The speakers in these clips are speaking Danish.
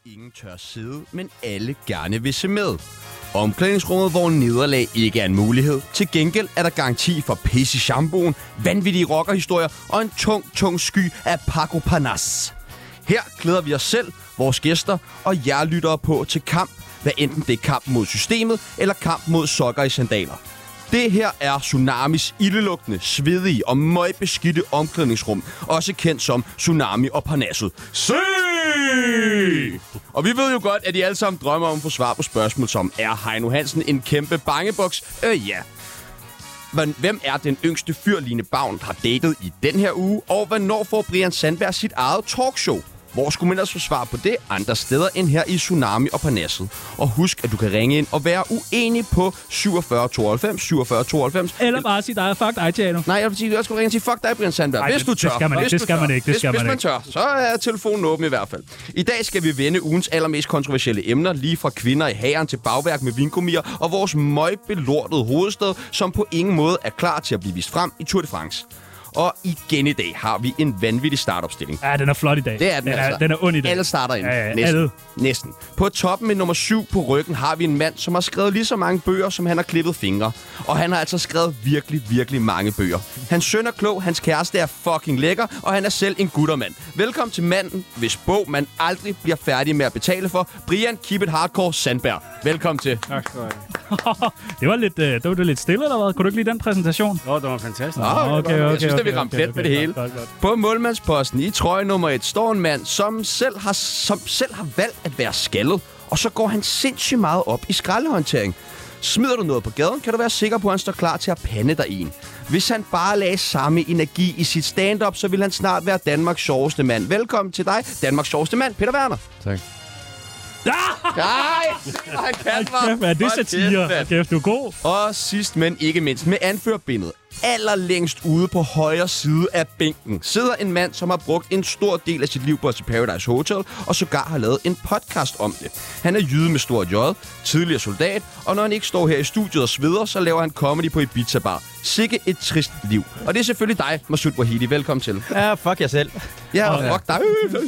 ingen tør sidde, men alle gerne vil se med. Omklædningsrummet, hvor nederlag ikke er en mulighed. Til gengæld er der garanti for pis i shampooen, vanvittige rockerhistorier og en tung sky af Paco Panas. Her klæder vi os selv, vores gæster og jer lyttere på til kamp, hvad enten det er kamp mod systemet eller kamp mod sokker i sandaler. Det her er Tsunamis ildelugtende, svedige og møgbeskidte omklædningsrum, også kendt som Tsunami og Parnasset. Se! Og vi ved jo godt, at de alle sammen drømmer om at få svar på spørgsmål som, er Heino Hansen en kæmpe bangeboks? Ja. Hvem er den yngste fyr, Line Bavn har datet i den her uge? Og hvornår får Brian Sandberg sit eget talkshow? Hvor skulle man ellers få svar på det andre steder end her i Tsunami og Parnasset? Og husk, at du kan ringe ind og være uenig på 47 92 47 92. Eller bare sige dig, fuck dig, Tjano. Nej, jeg vil sige, at du skal ringe og sige, fuck dig, Brian Sandberg. Nej, hvis du tør. Det skal man ikke. Hvis man tør, så er telefonen åben i hvert fald. I dag skal vi vende ugens allermest kontroversielle emner, lige fra kvinder i hæren til bagværk med vinkomier og vores møgbelortede hovedstad, som på ingen måde er klar til at blive vist frem i Tour de France. Og igen i dag har vi en vanvittig startopstilling. Ja, den er flot i dag. Det er den altså. Den er ond i dag. Alle starter ind. Ja, Næsten. På toppen med nummer 7 på ryggen har vi en mand, som har skrevet lige så mange bøger, som han har klippet fingre. Og han har altså skrevet virkelig mange bøger. Hans søn er klog, hans kæreste er fucking lækker, og han er selv en guttermand. Velkommen til manden, hvis bog man aldrig bliver færdig med at betale for. Brian Keep It Hardcore Sandberg. Velkommen til. Tak skal du have. Det var lidt stille, eller hvad? Kunne du ikke lide den præsentation? Nå, det var fantastisk. Okay. Jeg synes, at vi ramte plet med det hele. Godt. På målmandsposten i trøje nummer 1 står en mand, som selv har valgt at være skaldet. Og så går han sindssygt meget op i skraldehåndtering. Smider du noget på gaden, kan du være sikker på, at han står klar til at pande dig en. Hvis han bare lagde samme energi i sit stand-up, så vil han snart være Danmarks sjoveste mand. Velkommen til dig, Danmarks sjoveste mand, Peter Werner. Tak. Nej, han kan mig. Hvad er det satire? Kæft, du er god. Og sidst, men ikke mindst, med anførbindet allerlængst ude på højre side af bænken sidder en mand, som har brugt en stor del af sit liv på til Paradise Hotel, og sågar har lavet en podcast om det. Han er jyde med stort J, tidligere soldat, og når han ikke står her i studiet og sveder, så laver han comedy på Ibiza Bar. Sikke et trist liv. Og det er selvfølgelig dig, Masoud Vahidi. Velkommen til. Ja, fuck jer selv. Ja, og fuck dig.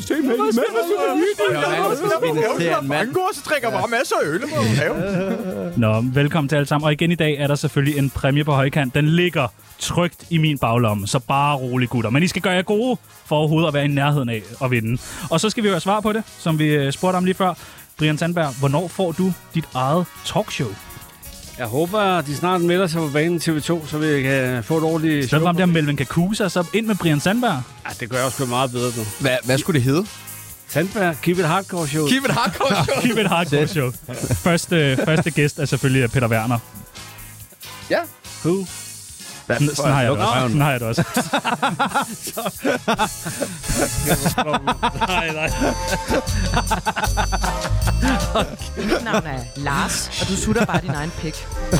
Han går, så drikker bare masser af øl. Nå, velkommen til alle sammen. Og igen i dag er der selvfølgelig en præmie på højkant. Den ligger trygt i min baglomme, så bare rolig, gutter. Men I skal gøre jer gode for overhovedet at være i nærheden af at vinde. Og så skal vi jo have svar på det, som vi spurgte om lige før. Brian Sandberg, hvornår får du dit eget talkshow? Jeg håber, at de snart melder sig på banen TV2, så vi kan få et ordentligt show. Så frem der Melvin Kakusa, så ind med Brian Sandberg. Ja, det gør jeg også meget bedre nu. Hvad skulle det hedde? Sandberg, Keep It Hardcore Show. Keep It Hardcore Show. Keep It Hardcore Show. Første gæst er selvfølgelig Peter Werner. Ja. Who? Sådan har jeg det også. Nej. Mit navn er Lars, og du sutter bare din egen pik.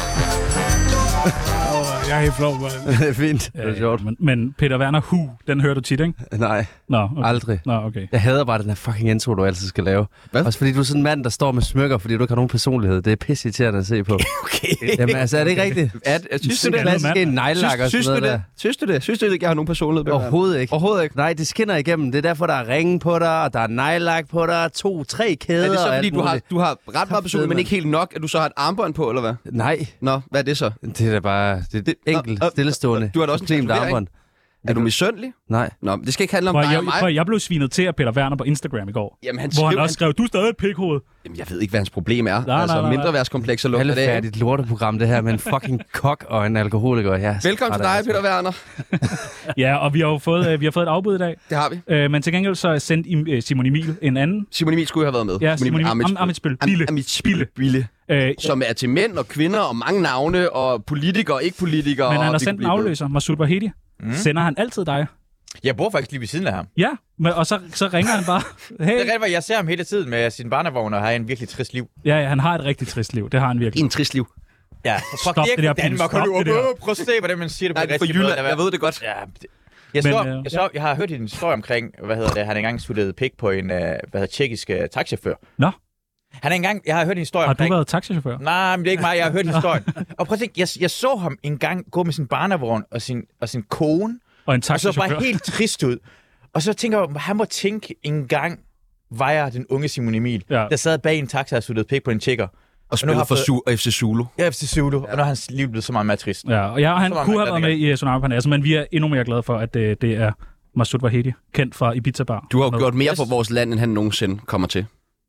Jeg er helt flov, man. Det er fint. Det er sjovt. Men Peter Werner, den hører du tit, ikke? Nej, okay. Aldrig. Nå, okay. Jeg hader bare den her fucking intro, du altid skal lave. Hvad? Også fordi du er sådan en mand, der står med smykker, fordi du ikke har nogen personlighed. Det er pisseirriterende at se på. Okay. Jamen altså, er det ikke rigtigt? Synes du det? Klassisk en nejlak og sådan noget der. Synes du det? Synes du ikke, jeg har nogen personlighed? Overhovedet ikke. Overhovedet ikke? Nej, det skinner igennem. Det er derfor, der er ringe på dig, og der er nejlak på dig, 2-3 kæder. Er det så, og fordi alt du har ret meget personlighed, men ikke helt nok, at du så har et armbånd på, eller hvad? Nej. Nå, hvad er det så? Det er da bare enkelt, stillestående. Du har da også en tatovering. Er du misundelig? Nej. Nå, det skal ikke handle om dig og mig. Jeg blev svinet til af Peter Werner på Instagram i går. Jamen, hvor han også skrev, du er stadig et pikhoved. Jamen, jeg ved ikke, hvad hans problem er. Nej. Mindreværdskomplekser lugter det af. Færdigt lorteprogram, det her med en fucking kok og en alkoholiker. Ja, velkommen til dig, Peter Werner. Ja, og vi har jo fået et afbud i dag. Det har vi. Men til gengæld så er sendt Simon Emil en anden. Simon Emil skulle have været med. Ja, Simon Emil Amitsbølle. Som er til mænd og kvinder og mange navne og politikere og ikke-politikere. Men han har sendt en afløser, Masoud Vahidi. Sender han altid dig? Jeg bor faktisk lige ved siden af ham. Ja, og så ringer han bare. Hey. Det er rigtigt, jeg ser ham hele tiden med sin barnevogn og har en virkelig trist liv. Ja, han har et rigtig trist liv. Det har han virkelig. En trist liv. Ja, stop det der, Danmark. Prøv at se, hvordan man siger det på det rigtige måde. Jeg ved det godt. Ja, jeg har hørt en historie omkring, han engang suttede pik på en tjekkisk taxichauffør. Nå. Jeg har hørt en historie omkring... Har du været taxichauffør? Nej, men det er ikke mig, jeg har hørt historien. Og prøv at tænke, jeg så ham engang gå med sin barnevogn og sin kone, og så bare helt trist ud. Og så tænker jeg, han må tænke en gang, vejer den unge Simon Emil, der sad bag en taxa og suttede pik på en tjekker. Og spiller for FC Zulu. Ja, FC Zulu. Og nu er hans liv blevet så meget mere trist. Ja, og han kunne have været med i Tsunami Parnasset, men vi er endnu mere glade for, at det er Masoud Vahedi, kendt fra Ibiza Bar. Du har jo gjort mere for vores land, end han nogensinde kommer til.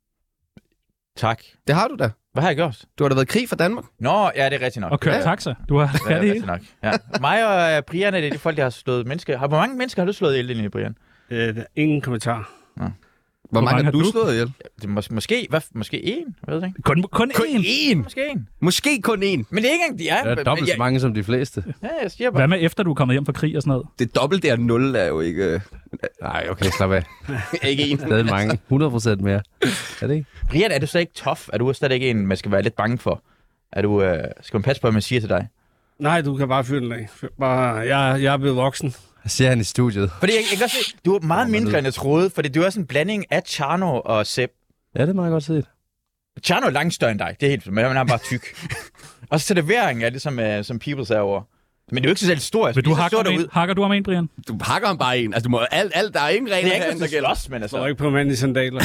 Tak. Det har du da. Hvad har jeg gjort? Du har da været i krig for Danmark. Nå, ja, det er rigtigt nok. Og kørt taxa. Du har det rigtigt nok. Ja. Mig og Brian er det de folk, der har slået mennesker. Hvor mange mennesker har du slået ihjel ind i, Brian? Ingen kommentar. Ja. Hvor mange har du slået ihjel? Måske én? Jeg ved ikke. Kun én? Måske kun én. Men det er ikke engang... Ja, det er dobbelt så mange som de fleste. Ja, jeg siger bare... Hvad med efter du er kommet hjem fra krig og sådan noget? Det dobbelte af 0 er jo ikke... Nej, okay, slap af. Ikke en. Stadig mange. 100% mere. Er det ikke? Brian, er du så ikke tough? Er du stadig ikke en, man skal være lidt bange for? Skal man passe på, hvad man siger til dig? Nej, du kan bare fyre den af. Jeg er blevet voksen. Jeg siger han i studiet. Fordi jeg kan også se, du er meget mindre, end jeg troede, fordi du er sådan en blanding af Tjerno og Sepp. Ja, det er meget godt set. Tjerno er langt større end dig, det er helt, men han er bare tyk. Og så serveringen er det, som Peoples er over. Men det er jo ikke så selv stor. Men du hakker du ham en, Brian? Du hakker ham bare en. Altså, du må alt der er ingen regler herinde, der gælder også, men altså. Jeg er ikke på mand i sandaler.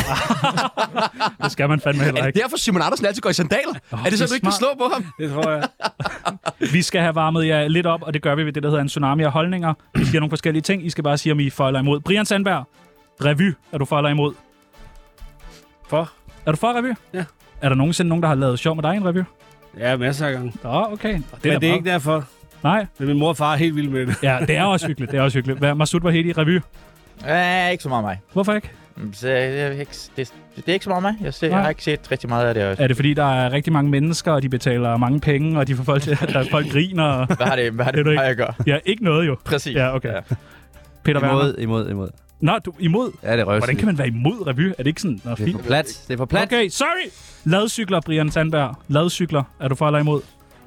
Det skal man fandme heller ikke. Er det derfor, Simon Andersen altid går i sandaler? Er det så, du ikke kan slå på ham? Det tror jeg. Vi skal have varmet jer lidt op, og det gør vi ved det, der hedder en tsunami af holdninger. Vi siger nogle forskellige ting. I skal bare sige, om I for eller imod. Brian Sandberg, revy. Er du for eller imod? For. Er du for revy? Ja. Er der nogensinde nogen, der har lavet sjov med dig i en revy? Ja, masser af gange. Okay. Men det er ikke derfor. Nej. Men min mor og far er helt vilde med det. Ja, det er også hyggeligt. Hvad Masoud Vahedi, revy? Ikke så meget mig. Hvorfor ikke? Det er ikke så meget mig. Jeg har ikke set rigtig meget af det også. Er det fordi, der er rigtig mange mennesker, og de betaler mange penge, og de får folk til, at folk griner? Og... Hvad har det med mig at gøre? Ja, ikke noget jo. Præcis. Ja, okay. Ja. Peter Werner. Imod. Nå, du imod? Ja, det er røvsygt. Hvordan kan man være imod revy? Er det ikke sådan? Nå, det er for plat. Okay, sorry! Ladcykler, Brian Sandberg. Ladcykler. Er du for eller imod?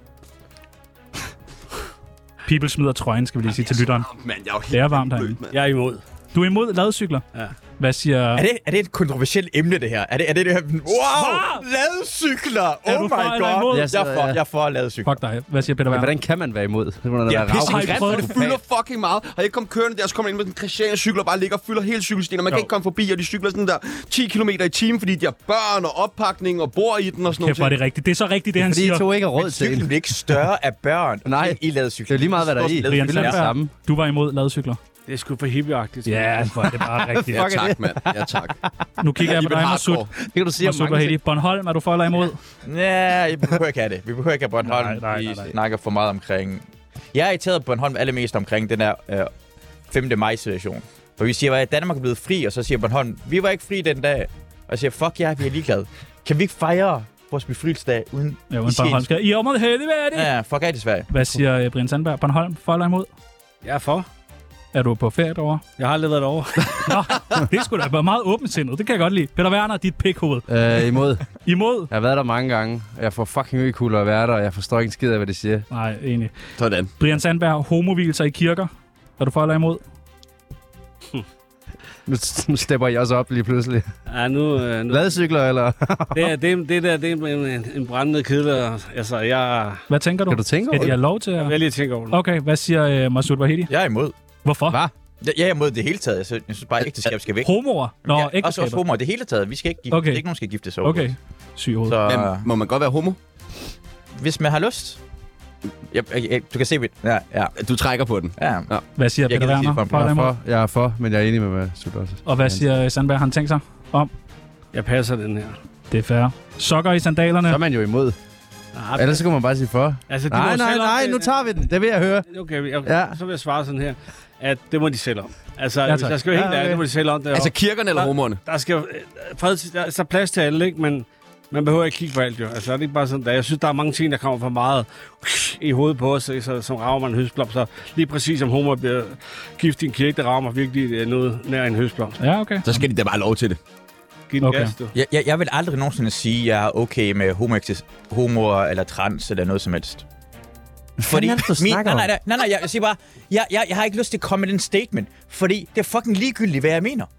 People smider trøjen, skal vi lige sige til lytteren. Det er varmt herinde. Jeg er imod. Du er imod ladcykler? Ja. Hvad siger... Er det et kontroversielt emne, det her? Er det her... Wow! Ladcykler! Oh my god! Jeg er for ladcykler. Fuck dig. Hvad siger Peter Werner? Hvordan kan man være imod? Det må da være rav. Det fylder fucking meget. Har jeg kommet kørende der, så kommer ind med en Christiania-cykel og bare ligger og fylder hele cykelstien, og man kan ikke komme forbi, og de cykler sådan der 10 km i timen, fordi de har børn og oppakning og bor i den og sådan noget. Kæft, var det rigtigt. Det er så rigtigt, det han siger. Fordi I to ikke har råd til cyklen bliver ikke større af børn. Nej, i ladcykler. Det er lige meget, hvad der er i. Brian Sandberg, du var imod ladcykler. Det er sgu for hippieagtigt. Ja, det er bare rigtigt. Ja, tak, mand. Ja, tak. Nu kigger jeg på dig, Masoud. Det kan du sige om mange ting. Bornholm, er du for eller imod? Ja, vi behøver ikke have det. Vi behøver ikke have Bornholm. Nej. Vi snakker for meget omkring... Jeg er irriteret på Bornholm allermest omkring den der 5. maj-situation. For vi siger, at Danmark er blevet fri, og så siger Bornholm, vi var ikke fri den dag. Og jeg siger, fuck ja, vi er ligeglade. Kan vi ikke fejre vores befrielsesdag uden... Ja, uden Bornholm skal... I området helvede. Ja, fuck af det Sverige. Hvad siger Brian Sandberg? Bornholm, for eller imod? Jeg er for. Er du på ferie derovre? Jeg har aldrig været derovre. Nå, det skulle da være meget åbensindet. Det kan jeg godt lide. Peter Werner, dit pikhoved. Imod. Imod? Jeg har været der mange gange. Jeg får fucking økulder at være der, og jeg forstår ikke en skid af, hvad de siger. Nej, enig. Sådan. Brian Sandberg, homovilser i kirker. Er du for eller imod? Nu stepper jeg også op lige pludselig. Ja, nu... Ladcykler, eller? det er en brændende kedel. Altså, jeg... Hvad tænker du? Kan du tænke over det? Skal de have lov til at... Jeg vil lige tænke over det. Okay, hvad siger Masoud Vahedi? Jeg er imod. Hvorfor? Hvad? Jeg er imod det hele taget. Jeg synes bare, ægteskab skal væk. Homoer? Nå, ja, ægteskaber. også homoer. Det hele taget. Vi skal ikke gifte. Okay. Det er ikke nogen, skal gifte sig. Okay. Syg hoved. Så... Men, må man godt være homo? Hvis man har lyst. Du kan se mit. Ja. Du trækker på den. Ja. Hvad siger Peter Werner? Jeg er for, men jeg er enig med Masoud også. Og hvad siger Sandberg, han tænker sig om? Jeg passer den her. Det er fair. Sokker i sandalerne. Så er man jo imod. Ellers så kan man bare sige for. Altså, nej, nu tager vi den. Det vil jeg høre. Okay, så vil jeg svare sådan her. At det må de selv om. Altså, hvis der skal jo helt ærligt, det må de selv om. Altså kirkerne eller homoerne? Der skal der er plads til alle, ikke? Men man behøver ikke kigge på alt, jo. Altså, det er ikke bare sådan der. Jeg synes, der er mange ting, der kommer for meget i hovedet på os, så som rager man en høstblomst. Så lige præcis som homo bliver gift i en kirke, der rager mig virkelig noget nær en høstblomst. Ja, okay. Så skal de da bare lov til det. Giv den gas, du. Jeg vil aldrig nogensinde sige, at jeg er okay med homoer eller trans eller noget som helst. Fordi nej, jeg siger bare, jeg har ikke lyst til at komme med den statement, fordi det er fucking ligegyldigt, hvad jeg mener.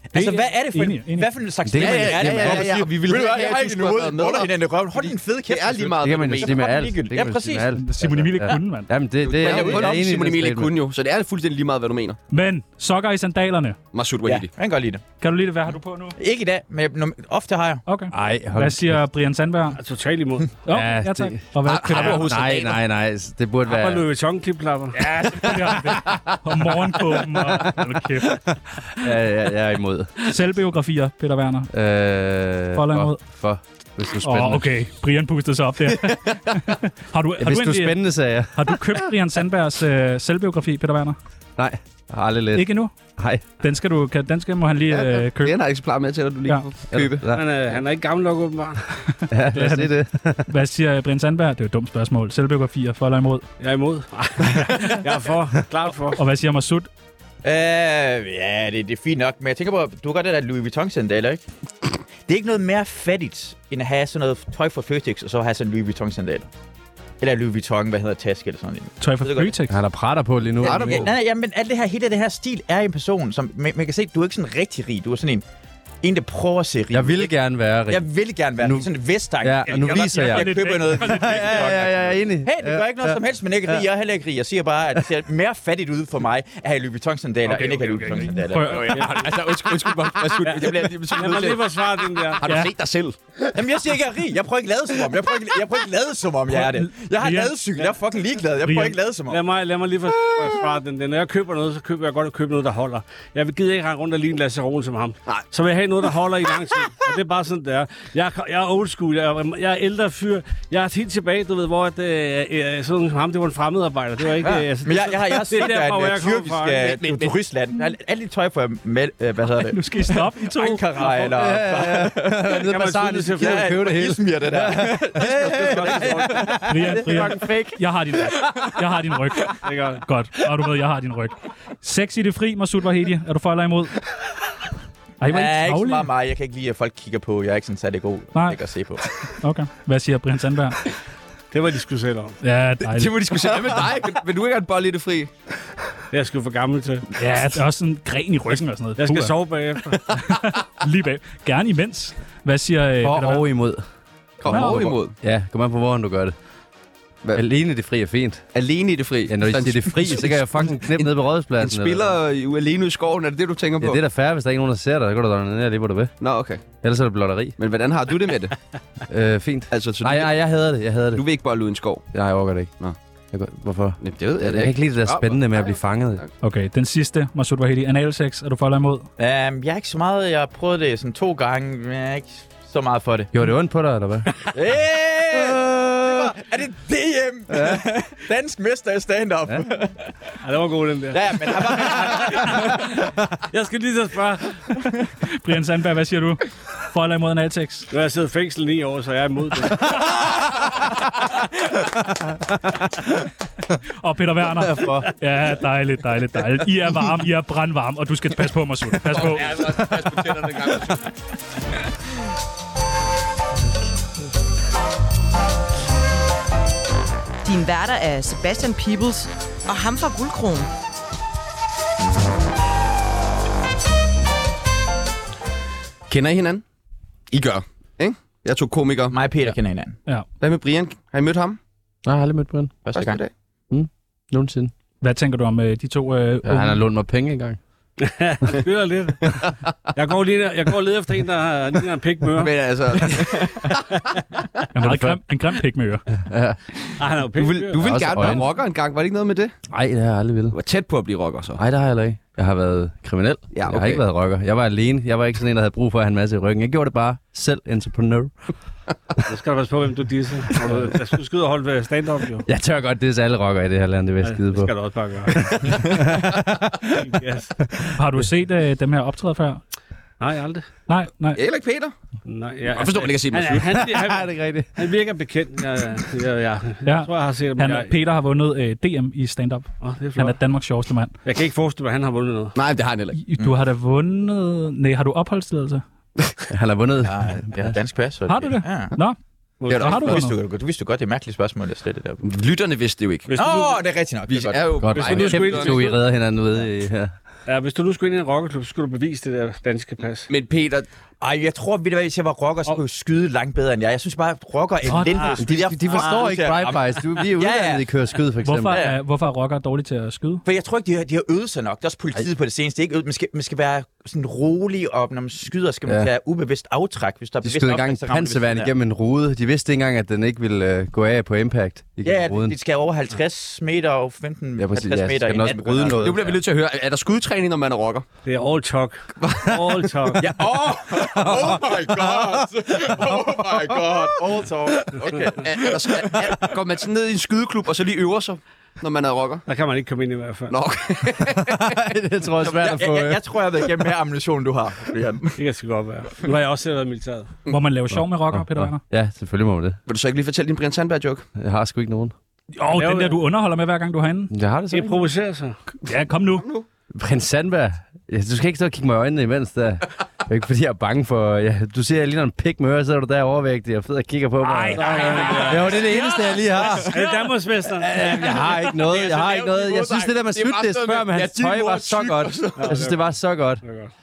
Altså, hvad er det for Enig. hvad for en slags Det er- stemning er det, man ja, kommer og ja, siger? og vi vil Ved du hvad, have, jeg har at ikke du noget skulle have imod været med. hinanden i røven. Hold din fede kæft. Det er lige meget, Det kan man jo hvad du sige med mener. alt. Ligegyldigt. Det kan Ja, man sige med præcis. alt. Simon Emil ikke Ja. kunne, mand. Jamen, det er Men jeg jeg jo kun om enig Simon med Emil ikke statement. kunne jo, så det er fuldstændig lige meget, hvad du mener. Men sokker i sandalerne. Masud Ja, Wahidi. jeg kan godt lide det. Kan du lide det? Hvad har du på nu? Ikke i dag, men ofte har jeg. Okay. Ej, hold Hvad siger Brian Sandberg? Totalt imod. Ja, tak. det- Og hvad? Har du overhovedet Nej, sandaler? nej. Det burde Bare være... Louis Vuitton-klipklapper. Ja, selvfølgelig har han det. Og morgenkåben og... Hold kæft. Jeg er imod. Selvbiografier, Peter Werner. For eller imod? For. Hvis du er spændende. Okay. Brian pustede sig op der. har du, Ja, hvis du er egentlig- spændende, sagde jeg. har du købt Brian Sandbergs selvbiografi, Peter Werner? Nej, jeg har aldrig læst. Ikke endnu? Nej. Den må han lige købe. Den har eksemplar med til, at du lige Ja. kan købe. Ja, Han er ikke gammel nok, åbenbart. ja, lad os se det. Hvad siger Brian Sandberg? Det er jo et dumt spørgsmål. Selvbiografier, for eller imod? Jeg er imod. Jeg er for. Klart for. Og hvad siger Masud? Ja, det er fint nok, men jeg tænker på, du har godt det der Louis Vuitton-sandaler, ikke? Det er ikke noget mere fattigt, end at have sådan noget tøj fra Føtex, og så have sådan Louis Vuitton-sandaler. Eller Louis Vuitton, hvad hedder taske eller sådan noget. Tøj fra Det er godt. Føtex. Han har prater på lige nu. Nej, men alt det her, hele det her stil er en person, som man kan se, du er ikke sådan rigtig rig. Du er sådan en der prøver at se rig. Jeg vil gerne være rig. Jeg vil gerne være Nu- rig. Sådan et vestang. Ja, og nu viser jeg. Jeg køber noget. Jeg er enig. Hey, det gør ikke noget som helst, men ikke rig. Jeg er heller ikke rig. Jeg siger bare, at det ser mere fattigt ud for mig at have Louis Vuitton-sandaler, end ikke have Louis Vuitton-sandaler. Altså, undskyld, Masud. Det bliver Jeg må lige forsvare den der. Har du set dig selv? Jamen, jeg siger ikke, at jeg er rig. Jeg prøver ikke at lade som om. Jeg prøver ikke at lade som om, jeg er det. Jeg har Rian. ladecykel. Jeg er fucking ligeglad. Jeg prøver ikke at lade som om. Lad mig lige forsvare den der. Når jeg køber noget, så køber jeg godt at købe noget, der holder. Jeg vil gider ikke rende rundt og ligne Lasse Roen som ham. Nej. Så vil jeg have noget, der holder i lang tid. Og det er bare sådan, det er. Jeg er old school. Jeg er ældre fyr. Jeg er helt tilbage, du ved, hvor sådan som ham, det var en fremmedarbejder. Det var ikke... Men jeg har set, det er at derfor, hvor jeg kommer tyrkisk fra. turistland. Alt det tøj for med, hvad hedder det? Nu skal I stoppe, I to. Ankara eller... Nede på Basaren, tydeligt så se kan du købe det hele. Izmir, det der. Brian, jeg har din ryg. Jeg har din ryg. Det er godt. Godt. Og du ved, jeg har din ryg. Sex i det fri, Masud Wahidi. Er du for eller imod? Ej, hvor Jeg er er I ikke så travlige. meget mig. Jeg kan ikke lide, at folk kigger på. Jeg er ikke sådan særlig god Nej. ikke at se på. Okay. Hvad siger Brian Sandberg? Det var de skulle selv om. Ja, dejligt. Det må de skulle sige. Hvad med dig? Vil du ikke have en bold i det fri? Jeg er sgu for gammel til. Ja, det er også sådan en gren i ryggen og sådan noget. Jeg skal Puha. sove bagefter. Lige bag. Gerne imens. Hvad siger For Peter og Werner? imod. Kom over imod. Ja, kom an på, hvor du gør det. Hvad? Alene det fri er fint. Alene i det fri. Ja, når de siger det fri, så kan jeg fucking knippe ned på En rådspladsen. spiller jo alene i skoven, er det det, du tænker på? Ja, det er da fair, hvis der er ikke nogen, der ser dig. Så går du ned lige, hvor du vil. Nå, okay. Ellers er det blotteri. Men hvordan har du det med det? Fint. Altså, så Nej, jeg hader det. Jeg hader du det. vil ikke bare ud i en skov? Nej, jeg overgår det ikke. Nå. Hvorfor? Nej, det ved Jeg kan ikke lide det der spændende med at blive fanget. Okay, den sidste, Masud Wahidi. Analsex, er du for eller imod? Jeg er ikke så meget. Jeg har prøvet det sådan 2 gange, men jeg er ikke så meget for det. Gjorde det ondt på dig, eller hvad? Er det DM? Ja. Dansk mester i stand-up. Ja, det var god, den der. Ja, men han var... Jeg skal lige så spørge. Brian Sandberg, hvad siger du? For eller imod analsex? Nu har jeg siddet i fængsel 9 år, så jeg er imod det. Og Peter Werner. Ja, dejligt. I er varme, I er brandvarme, og du skal passe på, Masud. Pas på. Pas på tænderne den gang. Din værter er Sebastian Peebles og ham fra Guldkronen. Kender I hinanden? I gør, ikke? Jeg tog komiker. Mig og Peter kender hinanden. Ja. Hvad med Brian? Har I mødt ham? Nej, jeg har aldrig mødt Brian. Første gang. dag. Nogensinde. Hvad tænker du om de to Ja, unge? han har lånt mig penge engang. Det spiller lidt. Jeg går og leder efter en, der ligner en pikmøre. Men altså, Han har en grim pik med øre. Ej, han er jo du vil Også gerne være øjne. rocker en gang. Var det ikke noget med det? Nej, det har jeg aldrig ville. Du var tæt på at blive rocker, så. Nej, det har jeg heller ikke. Jeg har været kriminel. Ja, Jeg har okay. ikke været rocker. Jeg var alene. Jeg var ikke sådan en, der havde brug for at have en masse i ryggen. Jeg gjorde det bare selv, entrepreneur. Så skal du passe på, hvem du disser. Jeg skulle skyde og holde stand-up, jo. Jeg tør godt disse alle rocker i det her land, det vil jeg skide Det på. skal du også bare gøre. Yes. Har du set dem her optræde før? Nej, aldrig. Nej. Heller ikke Peter. Nej, Jeg forstår ikke at sige han, det. han, han, Nej, han, det er ikke rigtigt. han virker bekendt. Jeg tror, jeg har set ham. Peter har vundet DM i stand-up. Det er Han flot. er Danmarks sjoveste mand. Jeg kan ikke forestille mig, at han har vundet noget. Nej, det har han heller ikke. Du har da vundet... Nej, har du opholdstilladelse? Han har vundet. Ja, jeg har dansk pas. Har du det? Ja. Nå, Det er så har du vundet. Du vidste jo godt, det er et mærkeligt spørgsmål, jeg slet det der. Lytterne vidste det jo ikke. Hvis Åh, du, det er rigtigt nok. Vi Det er godt. er jo... Godt. Hvis Ej, du nu skulle kæft, ind- I redder hinanden ude i her. Ja, hvis du nu skulle ind i en rockerklub, så skulle du bevise det der danske pas. Men Peter, Ej, jeg tror, hvis jeg var rocker, så kunne jeg skyde langt bedre end jeg. Jeg synes bare, at rocker er elendigt. De forstår ikke drive-bys. Vi er uddannet i køre skyd, for eksempel. Hvorfor er rockere dårlige til at skyde? For jeg tror ikke, de har øvet sig nok. Det er også politiet på det seneste. Ikke øvet. Man skal være sådan rolig, og når man skyder, skal man tage ubevidst aftræk. Hvis der er de skød engang panserværn igennem en rude. De vidste ikke engang, at den ikke ville gå af på impact. Ja, de skal over 50 meter og 15-50 meter. Nu bliver vi nødt til at høre, er der skudtræning, når man er rocker? Det er all talk. All talk. Ja, oh my god. Oh my god. All talk. Okay. Går man sådan ned i en skydeklub, og så lige øver sig, når man er rocker? Der kan man ikke komme ind i hvert fald. Nå, okay. Det tror jeg er svært at få. Jeg tror, jeg har været igennem mere ammunition, du har. Det kan sgu godt være. Nu har jeg også selv været i militæret. Hvor man laver sjov med rockere, Peter Werner? Ja, selvfølgelig må man det. Vil du så ikke lige fortælle din Brian Sandberg-joke? Jeg har sgu ikke nogen. Den der, du underholder med, hver gang du er herinde. Jeg har det så. Det provocerer sig. Ja, kom nu. Prins Sandberg. Ja, du skal ikke stå og kigge mig i øjnene imens der. Det er ikke fordi, jeg er bange for... Ja, du ser, jeg ligner en pik med øre, så er du der overvægtig og fed og kigger på mig. Nej. Jo, det er det eneste, jeg lige har. Er det Danmarksmesteren? Jeg har ikke noget. Jeg synes, det der med syltdæs før med hans tøj var så godt. Jeg synes, det var så godt.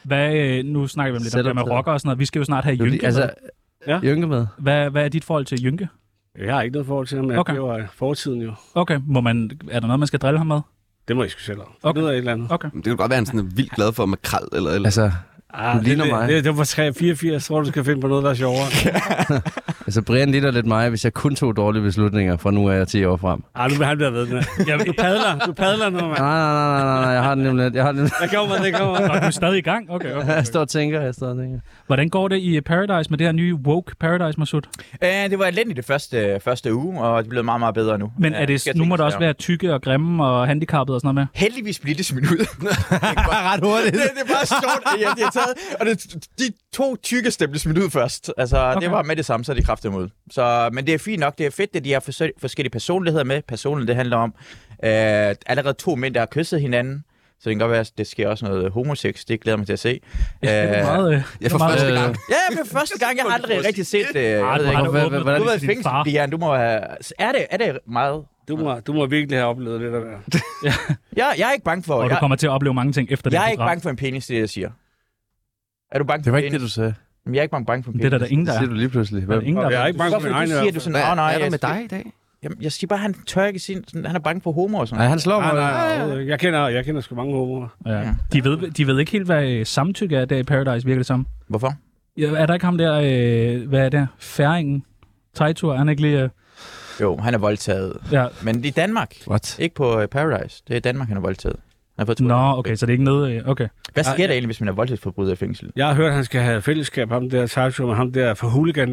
Nu snakker vi om lidt om det med rocker og sådan noget. Vi skal jo snart have Jynke altså, Ja. Jynke med. Hvad er dit forhold til Jynke? Jeg har ikke noget forhold til ham. Det var fortiden jo. Okay, er der noget, man skal drille ham med? Det må jeg sgu selv om. Okay. Det er et eller andet. Okay. Det kan godt være, at han sådan er vildt glad for makrel eller... Altså, du ligner mig. Det var 384. Jeg tror, du skal finde på noget, der er sjovere. Altså, Brian ligner lidt mig, hvis jeg kun tog dårlige beslutninger fra nu af 10 år frem. Nu vil han blive ved med. Du padler nu, mand. Nej, jeg har den nemlig. Det kommer. Nå, du er stadig i gang? Okay. Jeg står og tænker. Hvordan går det i Paradise med det her nye woke Paradise, Masud? Det var elendigt det første uge, og det er blevet meget, meget bedre nu. Men nu må der også være tykke og grimme og handicappede og sådan noget med? Heldigvis bliver det smidt ud. Ret hurtigt. Det er bare sjovt, at de har taget... Og de 2 tykkeste blev smidt ud først. Altså, det var med det samme, så de kræfter mod. Men det er fint nok. Det er fedt, at de har forskellige personligheder med. Personligt, det handler om allerede 2 mænd, der har kysset hinanden. Så det kan godt være, at det sker også noget homosex. Det glæder mig til at se. Det er meget... for første gang. Ja, for første gang. Jeg har aldrig rigtig set det. Du har været i fængsel, Bian. Du må have... Er det meget... Du må virkelig have oplevet det, der være. Jeg er ikke bange for... Og du kommer til at opleve mange ting efter det. Jeg er ikke bange for en penis, det jeg siger. Er du bange for det var en penis? ikke det, du sagde. Men jeg er ikke bange for en penis. Det er der ingen, der er. Det siger du lige pludselig. Der er ingen, der jeg er ikke bange for min egen. Siger du sådan, Hvad er der med dig i dag? Jamen, jeg siger bare, han tør ikke sige, han er bange for homo og sådan. Nej, han slår mig. Nej. Jeg kender sgu mange homoer. Ja. De ved ikke helt, hvad samtykke er der i Paradise, virker det som. Hvorfor? Ja, er der ikke ham der, hvad er det, færingen? Tejtur, han er ikke lige... Jo, han er voldtaget. Ja. Men i Danmark. What? Ikke på Paradise. Det er i Danmark, han er voldtaget. Okay, så det er ikke noget... Okay. Hvad sker der egentlig, hvis man er voldtægtsforbryder i fængsel? Jeg har hørt, at han skal have fællesskab, ham der Tejtur, med ham der for hooligan.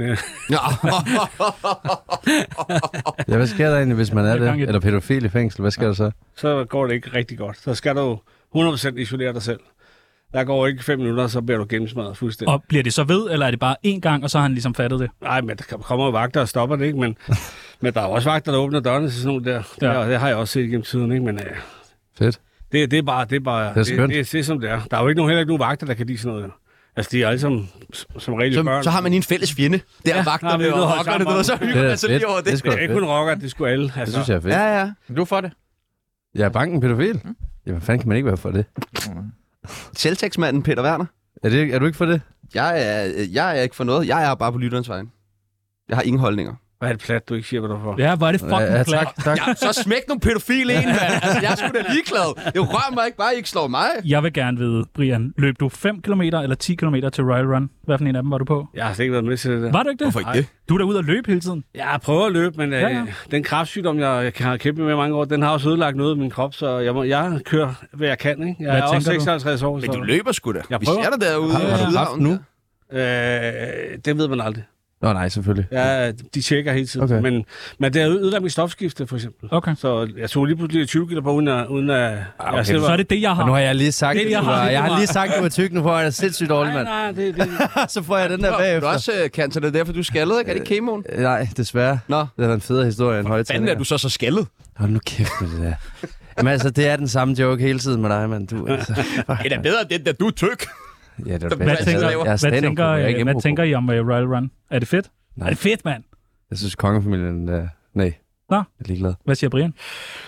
Ja, hvad sker der egentlig, hvis man er det? Eller pædofil i fængsel? Hvad sker der så? Så går det ikke rigtig godt. Så skal du 100% isolere dig selv. Der går ikke 5 minutter, så bliver du gennemsmadret fuldstændig. Og bliver det så ved, eller er det bare én gang, og så har han ligesom fattet det? Nej, men der kommer jo vagter og stopper det, ikke? Men der er også vagter, der åbner dørene til sådan nogle der. Ja. Det har jeg også set gennem tiden, ikke? Men fedt. Det er bare... Det er skønt. Det er som det er. Der er jo heller ikke nogen vagter, der kan lide sådan noget. Altså, de er alle som regel børn. Så har man en fælles fjende. Der er vagterne og rockerne, så hygger man sig lige over det. Det er ikke kun rocker, det skulle alle. Det synes jeg er fedt. Ja. Du er for det? Jeg er banken pædofil. Jamen, fanden kan man ikke være for det? Selvtægtsmanden Peter Werner. Er du ikke for det? Jeg er ikke for noget. Jeg er bare på lytterens vejen. Jeg har ingen holdninger. Hvad er det plat, du ikke siger, hvad du får? Ja, hvor er det fucking plat. Tak. Ja, så smæk nogle pædofile ind, mand. Altså, jeg er sgu da ligeglad. Det rører mig ikke bare, I ikke slår mig. Jeg vil gerne vide, Brian, løb du 5 km eller 10 km til Royal Run? Hvad for en af dem var du på? Jeg har slet ikke været med til det der. Var du ikke det? Hvorfor ikke det? Du er derude og løbe hele tiden. Jeg prøver at løbe, men den kræftsygdom, jeg har kæmpet med mange år, den har også ødelagt noget af min krop, så jeg kører, hvad jeg kan, ikke? Jeg er også 56 år. Men du løber sgu da. Vi prøver. ser dig derude. Har du haft nu? Det ved man aldrig. Nå, nej, selvfølgelig. Ja, de tjekker hele tiden. Okay. Men det er ødelagt mit stofskifte, for eksempel. Okay. Så jeg tog lige pludselig 20 kilo på, uden at okay. Så er det det, jeg har. Og nu har jeg lige sagt, jeg har lige sagt, du var tyk, nu får jeg det sindssygt dårligt, mand. Nej, det. Så får jeg den der bagefter. Du er også cancer, det er derfor, du er skaldet, ikke? Er det kemoen? Nej, desværre. Nå. Det er en federe historie end Fanden højtænder. er du så skaldet? Hold nu kæft med det der. Jamen altså, det er den samme joke hele tiden med dig, mand. Du, altså, det er bedre, det der du er tyk. Ja, det er Hvad tænker I om Royal Run? Er det fedt? Nej. Er det fedt, mand? Jeg synes, kongefamilien... nej. Nå. Jeg er ligeglad. Hvad siger Brian?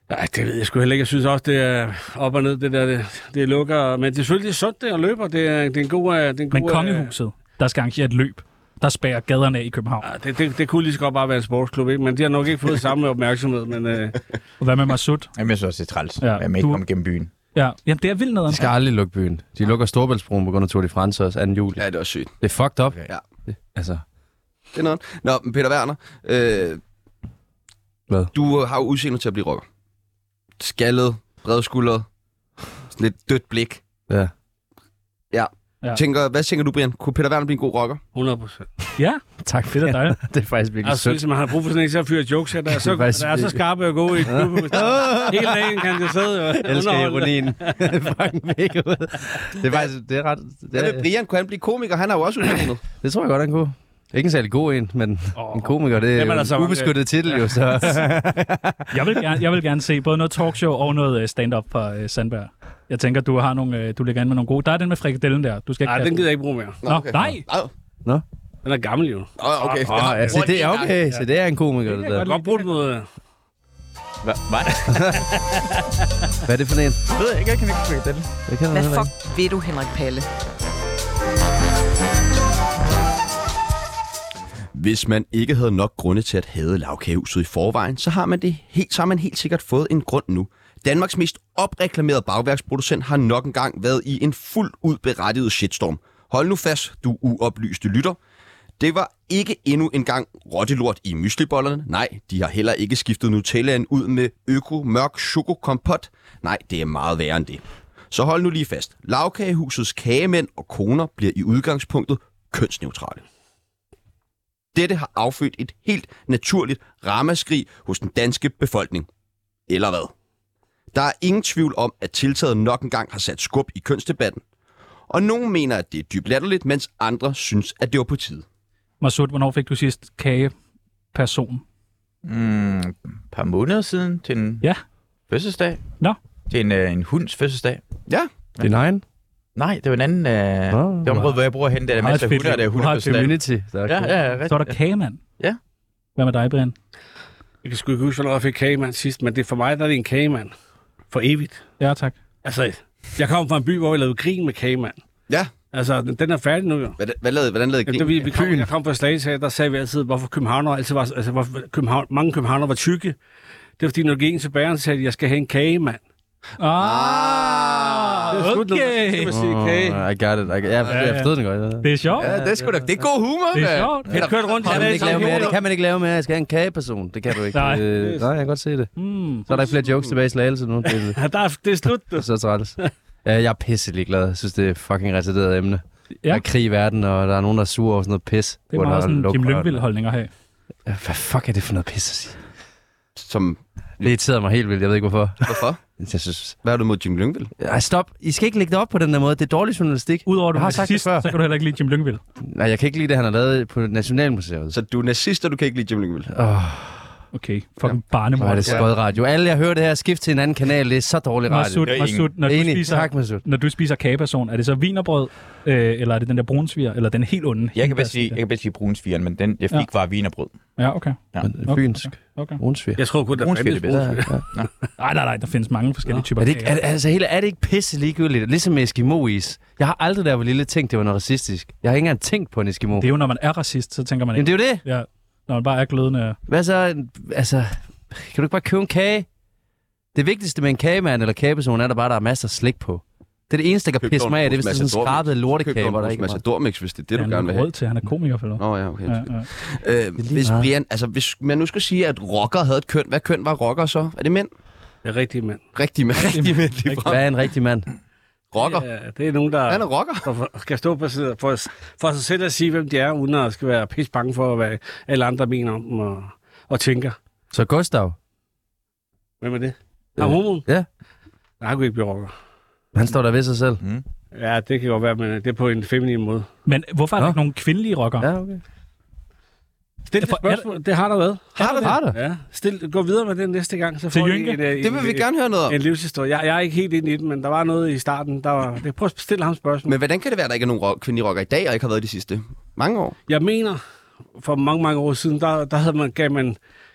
Nej, det ved jeg sgu heller ikke. Jeg synes også, det er op og ned, det der, det lukker. Men det er selvfølgelig sundt, det og løber. Det er en god... Men kongehuset, der skal arrangere et løb, der spærrer gaderne af i København. Ja, det kunne lige så godt bare være en sportsklub, ikke? Men de har nok ikke fået samme opmærksomhed. Men, Hvad med Masud? Jamen, jeg synes også, det er træls. Ja, Jeg må ikke komme gennem byen. Ja, jamen, det er vildt noget. De skal aldrig lukke byen. De lukker Storebæltsbroen på grund af Tour de France også 2. juli. Ja, det er også sygt. Det er fucked up. Okay. Ja. Altså, Det er noget. Nå, men Peter Werner. Hvad? Du har jo udseende til at blive rocker. Skaldet, bredskuldret, sådan lidt dødt blik. ja. Ja. Ja. Hvad tænker du, Brian? Kunne Peter Werner blive en god rocker? 100%. Ja, Tak for det er dejligt. Det er faktisk virkelig Altså, sødt. hvis man har brug for sådan en, så fyrer jokes her, der er så, Det er faktisk der er så skarpe at gå i klubben. Hele dagen kan det sidde og Jeg elsker underholde. ironien. Fucking mega ud. Det er faktisk, det er ret... Hvad med Brian? Kunne han blive komiker? Han har jo også udseende. Det tror jeg godt, han kunne. Ikke en særlig god en, men en komiker, det er Jamen, jo altså, en ubeskyttet titel jo, så... Jeg vil gerne se både noget talkshow og noget stand-up fra Sandberg. Jeg tænker, du ligger inde med nogle gode. Der er den med frikadellen der. Du skal ikke Nej, den gider jeg ikke bruge mere. Nå, nej. Nå, Den er gammel jo. okay. Ja, så det er okay, så det er en komiker, det Jeg der. kan godt bruge det noget. Hvad? Hvad er det for en? Jeg ved ikke, jeg kan ikke frikadelle. Det kan Hvad heller ikke. fuck ved du, Henrik Palle? Hvis man ikke havde nok grunde til at hade Lagkagehuset i forvejen, så har man helt sikkert fået en grund nu. Danmarks mest opreklamerede bagværksproducent har nok engang været i en fuldt ud berettiget shitstorm. Hold nu fast, du uoplyste lytter. Det var ikke endnu engang rottelort i myslibollerne. Nej, de har heller ikke skiftet Nutellaen ud med mørk chokokompot. Nej, det er meget værre end det. Så hold nu lige fast. Lagkagehusets kagemænd og koner bliver i udgangspunktet kønsneutrale. Dette har affødt et helt naturligt ramaskrig hos den danske befolkning. Eller hvad? Der er ingen tvivl om, at tiltaget nok engang har sat skub i kønsdebatten. Og nogen mener, at det er dybt latterligt, mens andre synes, at det var på tide. Masud, hvornår fik du sidst kageperson? Et par måneder siden til en fødselsdag. Nå. Til en hunds fødselsdag. Ja. Din egen? Nej, det var en anden... det område, hvor jeg bruger at hente en masse hunde, og det er hundefødselsdag. Community. Der er Ja, rigtigt. Så er der kagemand. Ja. Hvad med dig, Brian? Jeg kan sgu ikke huske, hvornår jeg fik kagemand sidst, men det for mig, der er det en kagemand. For evigt. Ja, tak. Altså, jeg kom fra en by, hvor vi lavede grin med kagemand. Ja. Altså, den er færdig nu jo. Hvordan lavede grin? Jeg kom fra Slagelse, der sagde vi altid, hvorfor københavner altid var... Altså, mange københavner var tykke. Det var fordi, når du gik ind til bageren, så sagde de, jeg skal have en kagemand. Okay. Kage. I got it. Jeg forstod den godt. Det er sjovt. Ja, det er god humor. Det er sjovt. Jeg kørte rundt Kan man ikke lave mere? det Det kan man ikke lave mere. Jeg skal have en kageperson. Det kan du ikke. Nej. Nej, jeg kan godt se det. Så er der ikke flere jokes tilbage i Slagelse nu. Det Det er slut, du. er så træls. Jeg er pisselig glad. Jeg synes, det er fucking retarderet emne. Der er krig i verden, og der er nogen, der er sure over sådan noget pis. Det er meget sådan en Jim Lyngvild-holdning at have. Hvad fuck er det for noget pis at sige? Som... Det irriterede mig helt vildt. Jeg ved ikke, hvorfor. Hvorfor? Jeg synes... Hvad er du mod Jim Lyngvild? Ej, stop. I skal ikke lægge det op på den der måde. Det er dårlig journalistik. Udover at du Jeg har er sagt det nazist, før. så kan du heller ikke lide Jim Lyngvild. Nej, jeg kan ikke lide det, han har lavet på Nationalmuseet. Så du er nazist, og du kan ikke lide Jim Lyngvild? Okay, fucking barnemor. Hvor er det skød radio. Alle, jeg hører det her, skift til en anden kanal. Det er så dårlig radio. Masud, når du Tak, spiser kageperson, er det så vinerbrød, eller er det den der brunsviger, eller den helt onde? Jeg kan bedst sige brunsvigeren, men den jeg fik var vinerbrød. Ja, okay. Fynsk. Okay. Brunsviger. Jeg tror kun, der Brunsviger er det bedste. Nej, der findes mange forskellige typer Er det, kager. er det ikke pisse ligegyldigt? Ligesom med Eskimo-is. Jeg har aldrig, da jeg var lille, tænkt, det var noget racistisk. Jeg har ikke engang tænkt på en Eskimo. Det er jo, når man er racist, så tænker man Jamen, ikke. det er jo det. Ja, når man bare er glødende. Hvad så? Altså, kan du ikke bare købe en kage? Det vigtigste med en kagemand eller kageperson er, der bare der er masser af slik på. Det er det eneste, der kan pisse mig af. Det er, hvis det er sådan en skrabet lortekage, hvor der ikke er meget. Matador-mix, hvis det er det, Det du er gerne vil han have. råd til, han er komiker for noget. Nå ja, okay. Ja. Hvis Brian, altså hvis man nu skulle sige, at rocker havde et køn, hvad køn var rocker så? Er det mænd? Det er rigtige mænd. Rigtig mænd. Hvad er en rigtig mand? Rocker. Det er nogen, der Han er rocker. skal stå for sig selv at sige, hvem de er, uden at skal være pis bange for, hvad alle andre mener om dem og tænker. Så Gustav? Hvem er det? Ham homoen? Ja. Nej, han kunne ikke blive rocker. Han står der ved sig selv. Ja, det kan godt være, men det er på en feminin måde. Men hvorfor er der ikke nogen kvindelige rockere? Ja, okay. Stil det spørgsmål. Det har der været. Har du? Ja. Gå videre med den næste gang, så Til får I Jynke? Det vil vi gerne høre noget om. en livshistorie. Jeg er ikke helt inde i den, men der var noget i starten. Prøv at stille ham spørgsmål. Men hvordan kan det være, at der ikke er nogen kvindelige rocker i dag, og ikke har været de sidste mange år? Jeg mener, for mange, mange år siden, der gav man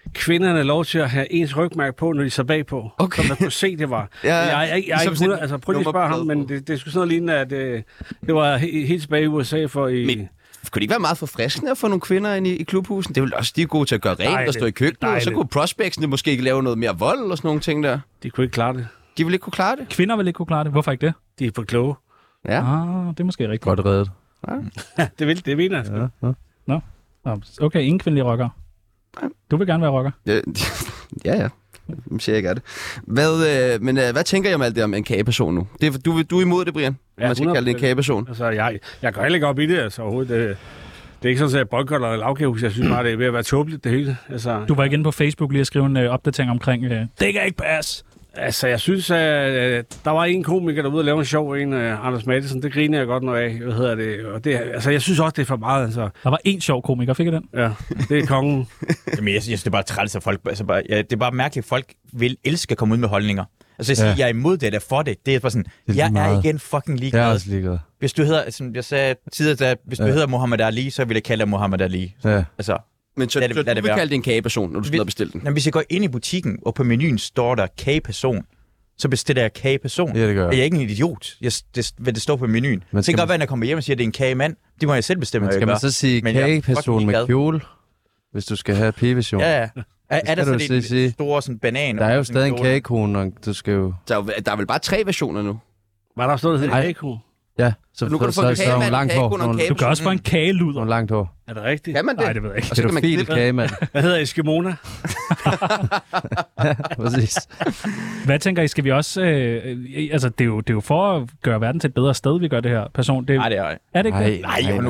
kvinderne lov til at have ens rygmærke på, når de så bagpå. Okay. Som der kunne se, det var. Ja, Jeg er ikke ligesom sådan altså, prøv lige at spørge ham, men det skulle sådan noget lignende, at det var helt tilbage i USA for i... Men kunne det ikke være meget forfriskende at få nogle kvinder ind i klubhusen? Det er jo også, de er gode til at gøre rent og stå i køkkenet, og så kunne prospectsene måske ikke lave noget mere vold og sådan nogle ting der. De kunne ikke klare det. De ville ikke kunne klare det? Kvinder vil ikke kunne klare det. Hvorfor ikke det? De er for kloge. Ja. Det er måske rigtigt. Godt reddet. Det mener jeg sgu. Nå, okay, ingen kvindelige rockere. Du vil gerne være rocker. Ja. Nu siger jeg ikke det. Hvad tænker I om alt det om en kageperson nu? Du er imod det, Brian? Ja, man skal kalde det en kageperson. Altså, jeg går heller ikke op i det, altså overhovedet. Det er ikke sådan, at jeg boykotter eller lavkagehus. Jeg synes bare, det er ved at være tåbeligt, det hele. Altså, Du var ikke inde på Facebook lige at skrive en opdatering omkring, det kan ikke passe. Altså, jeg synes, at der var en komiker, der var ude og lave en sjov, Anders Matthesen. Det griner jeg godt nok af. Hvad hedder det? Og det altså, jeg synes også, det er for meget. Altså. Der var en sjov komiker, fik jeg den? Ja, det er kongen. Jamen, jeg synes, det er bare træls, at folk... Altså, det er bare mærkeligt, at folk vil elske at komme ud med holdninger. Altså, jeg siger, jeg er imod det, der for det. Det er bare sådan, jeg er igen fucking ligeglad. Jeg er også ligeglad. Hvis du hedder, som jeg sagde tidligere, hvis du hedder Muhammad Ali, så vil jeg kalde dig Muhammad Ali. Ja. Altså, Men så du vil kalde det en kageperson, når du skal bestille den? Hvis jeg går ind i butikken, og på menuen står der kageperson, så bestiller jeg kageperson. Ja, det gør jeg. Jeg er ikke en idiot, det står på menuen. Så kan godt være, når jeg kommer hjem og siger, at det er en kagemand. Det må jeg selv bestemme, hvad jeg gør. Skal man så sige kageperson med kjole, hvis du skal have p-version? Ja. Er der sådan en stor sådan banan? Der er jo stadig en kagekone, og du skal jo... Der er vel bare 3 versioner nu? Var der stået en kagekone? Ja, så nu kan du få en kagemand, du kan også få en kageluder. Nogle langt hår. Er det rigtigt? Kan man det? Nej, det ved jeg ikke. Og så kan man klippe kagemand. Hvad hedder Eskimona? Ja, præcis. Hvad tænker I, skal vi også... altså, det er jo for at gøre verden til et bedre sted, vi gør det her person. Nej, det er ikke. Er det ikke det?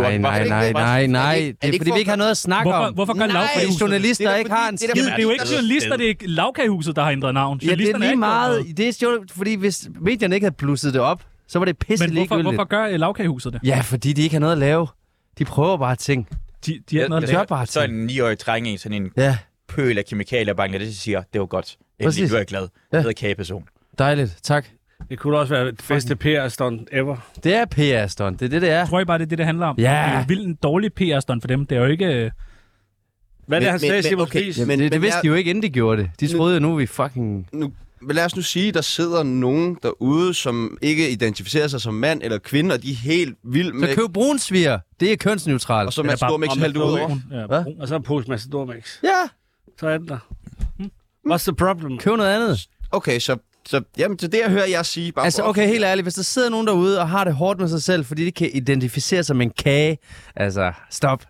Nej. Det er fordi, vi ikke har noget at snakke om. Hvorfor gør lavkagehuset? Journalister ikke har en skid. Det er jo ikke journalister, det er lavkagehuset, der har ændret navn. Ja, det er lige meget. Det er sjovt, fordi hvis medierne ikke havde blusset det op, så var det pisse ligegyldigt. Men hvorfor gør lavkagehuset det? Ja, fordi de ikke har noget at lave. De prøver bare ting. De har noget at lave. Bare så en 9-årig dreng i sådan en pøl af kemikalier, Bangladesh siger, det var godt. Endelig blev jeg glad. Det hedder kageperson. Dejligt, tak. Det kunne også være det bedste PR-stunt ever. Det er PR-stunt, det er det er. Tror I bare, det er det handler om? Ja. Det er jo vildt en dårlig PR-stunt for dem. Det er jo ikke... Hvad er det, han sagde, Simon Friis? Men det vidste de jo ikke, inden de gjorde det. De troede jo nu, vi fucking... Lad os nu sige, der sidder nogen derude, som ikke identificerer sig som mand eller kvinde, og de er helt vildt med... Så køb brunsviger. Det er kønsneutralt. Og så Mads Stormix halvt ud over. Ja, og så post Mads Stormix. Ja. Så er den der. What's the problem? Køb noget andet. Okay, så jamen, det jeg hører jer sige... Bare altså, okay, helt ærligt. Hvis der sidder nogen derude og har det hårdt med sig selv, fordi de kan identificere sig med en kage... Altså, stop.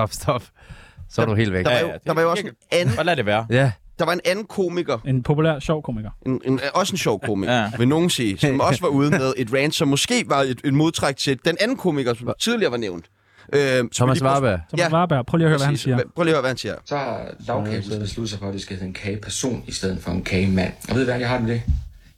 Så er du helt væk. Der var jo også en anden... Og lad det være. Ja. Der var en anden komiker. En populær, sjov komiker. Også en sjov komiker, vil nogen sige, som også var ude med et rant, som måske var et modtræk til den anden komiker, som tidligere var nævnt. Thomas Warberg. Thomas Warberg. Prøv lige at høre, hvad han siger. Prøv lige at høre, hvad han siger. Så har lavkagehuset besluttet sig for, at det skal hedde en kageperson i stedet for en kagemand. Og ved du hvad, jeg har det med det?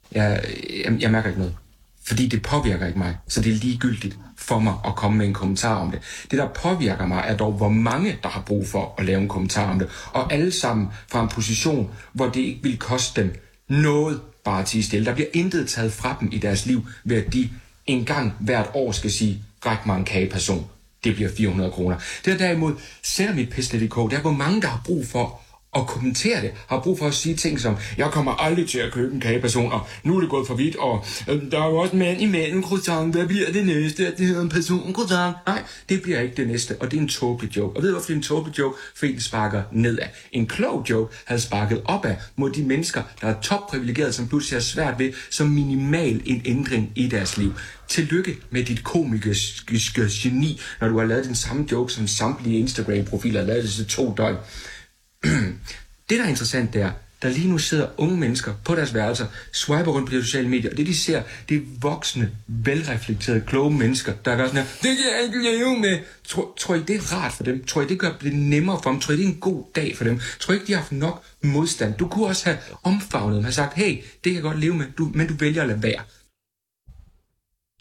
Jeg mærker ikke noget. Fordi det påvirker ikke mig, så det er ligegyldigt for mig at komme med en kommentar om det. Det, der påvirker mig, er dog, hvor mange, der har brug for at lave en kommentar om det. Og alle sammen fra en position, hvor det ikke vil koste dem noget bare at tie stille. Der bliver intet taget fra dem i deres liv, ved at de en gang hvert år skal sige, ræk mig en kageperson. Det bliver 400 kroner. Det er derimod, sætter mit pis lidt i kog, det er, hvor mange, der har brug for at kommentere det, har brug for at sige ting som, jeg kommer aldrig til at købe en kageperson, og nu er det gået for vidt, og der er jo også mand imellem, croissant, hvad bliver det næste, at det hedder en person, croissant? Nej, det bliver ikke det næste, og det er en tåbelig joke. Og ved du, hvorfor det er en tåbelig joke? Fordi det sparker nedad. En klog joke havde sparket opad mod de mennesker, der er topprivilegerede, som pludselig har svært ved så minimal en ændring i deres liv. Tillykke med dit komiske geni, når du har lavet den samme joke, som samtlige Instagram-profiler har lavet det til 2 døgn. Det, der er interessant, det er, der lige nu sidder unge mennesker på deres værelser, swiper rundt på de sociale medier, og det, de ser, det er voksne, velreflekterede, kloge mennesker, der gør sådan her, det kan jeg ikke leve med. Tror I, det er rart for dem? Tror I, det gør det nemmere for dem? Tror I, det er en god dag for dem? Tror I ikke, de har haft nok modstand? Du kunne også have omfavnet dem og sagt, hey, det kan jeg godt leve med, men du vælger at lade være.